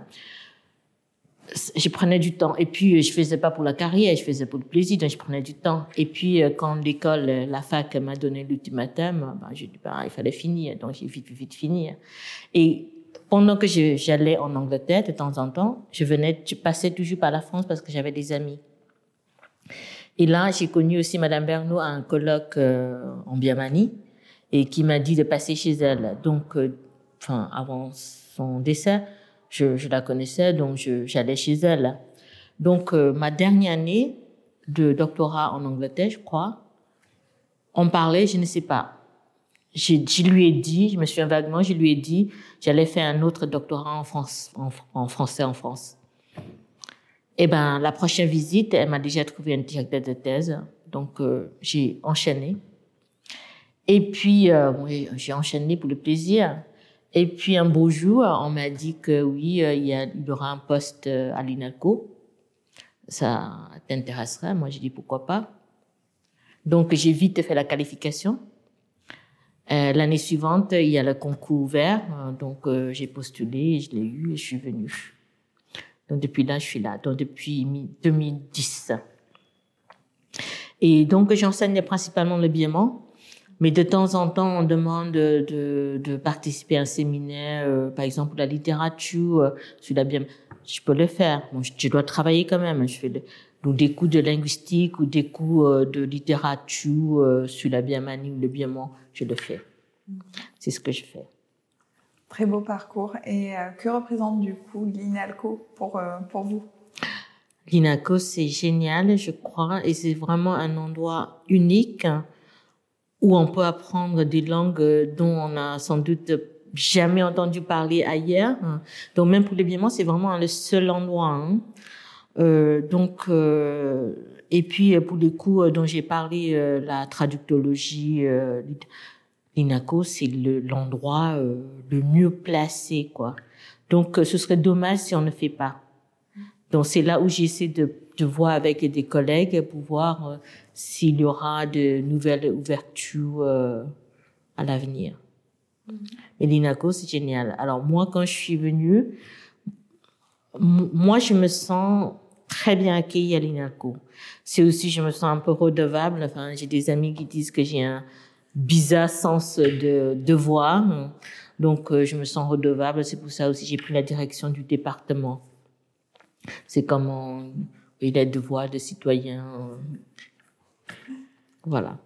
Je prenais du temps. Et puis, je faisais pas pour la carrière, je faisais pour le plaisir, donc je prenais du temps. Et puis, quand l'école, la fac m'a donné l'ultimatum, ben, j'ai dit, ben, il fallait finir. Donc, j'ai vite, vite, vite finir. Et pendant que je, j'allais en Angleterre, de temps en temps, je venais, je passais toujours par la France parce que j'avais des amis. Et là, j'ai connu aussi Madame Bernot à un colloque euh, en Birmanie et qui m'a dit de passer chez elle. Donc, euh, enfin, avant son décès, je, je la connaissais, donc je, j'allais chez elle. Donc, euh, ma dernière année de doctorat en Angleterre, je crois, on parlait, je ne sais pas. Je, je lui ai dit, je me souviens vaguement, je lui ai dit, j'allais faire un autre doctorat en France, en, en français en France. Eh ben, la prochaine visite, elle m'a déjà trouvé un directeur de thèse, donc euh, j'ai enchaîné. Et puis, euh, oui, j'ai enchaîné pour le plaisir. Et puis, un beau jour, on m'a dit que oui, euh, il y, a, il y aura un poste à l'INALCO. Ça t'intéresserait? Moi, j'ai dit pourquoi pas. Donc, j'ai vite fait la qualification. Euh, l'année suivante, il y a le concours ouvert, donc euh, j'ai postulé, je l'ai eu et je suis venue. Donc depuis là, je suis là, donc depuis deux mille dix. Et donc j'enseigne principalement le birman, mais de temps en temps, on demande de, de, de participer à un séminaire, euh, par exemple la littérature euh, sur la birmanie. Je peux le faire, bon, je, je dois travailler quand même. Je fais le, donc des cours de linguistique ou des cours euh, de littérature euh, sur la birmanie ou le birman, je le fais. C'est ce que je fais. Très beau parcours. Et euh, que représente du coup l'INALCO pour, euh, pour vous? L'INALCO, c'est génial, je crois, et c'est vraiment un endroit unique où on peut apprendre des langues dont on a sans doute jamais entendu parler ailleurs. Donc même pour les birmans, c'est vraiment le seul endroit. Hein. Euh, donc euh, et puis pour les cours dont j'ai parlé, euh, la traductologie, euh, l'INALCO, c'est le, l'endroit euh, le mieux placé, quoi. Donc, euh, ce serait dommage si on ne fait pas. Donc, c'est là où j'essaie de, de voir avec des collègues pour voir euh, s'il y aura de nouvelles ouvertures euh, à l'avenir. Mm-hmm. Et l'INALCO, c'est génial. Alors, moi, quand je suis venue, m- moi, je me sens très bien accueillie à l'INALCO. C'est aussi, je me sens un peu redevable. Enfin, j'ai des amis qui disent que j'ai un bizarre sens de devoir. Donc, euh, je me sens redevable. C'est pour ça aussi j'ai pris la direction du département. C'est comme on, il a devoir de citoyen. Euh, voilà.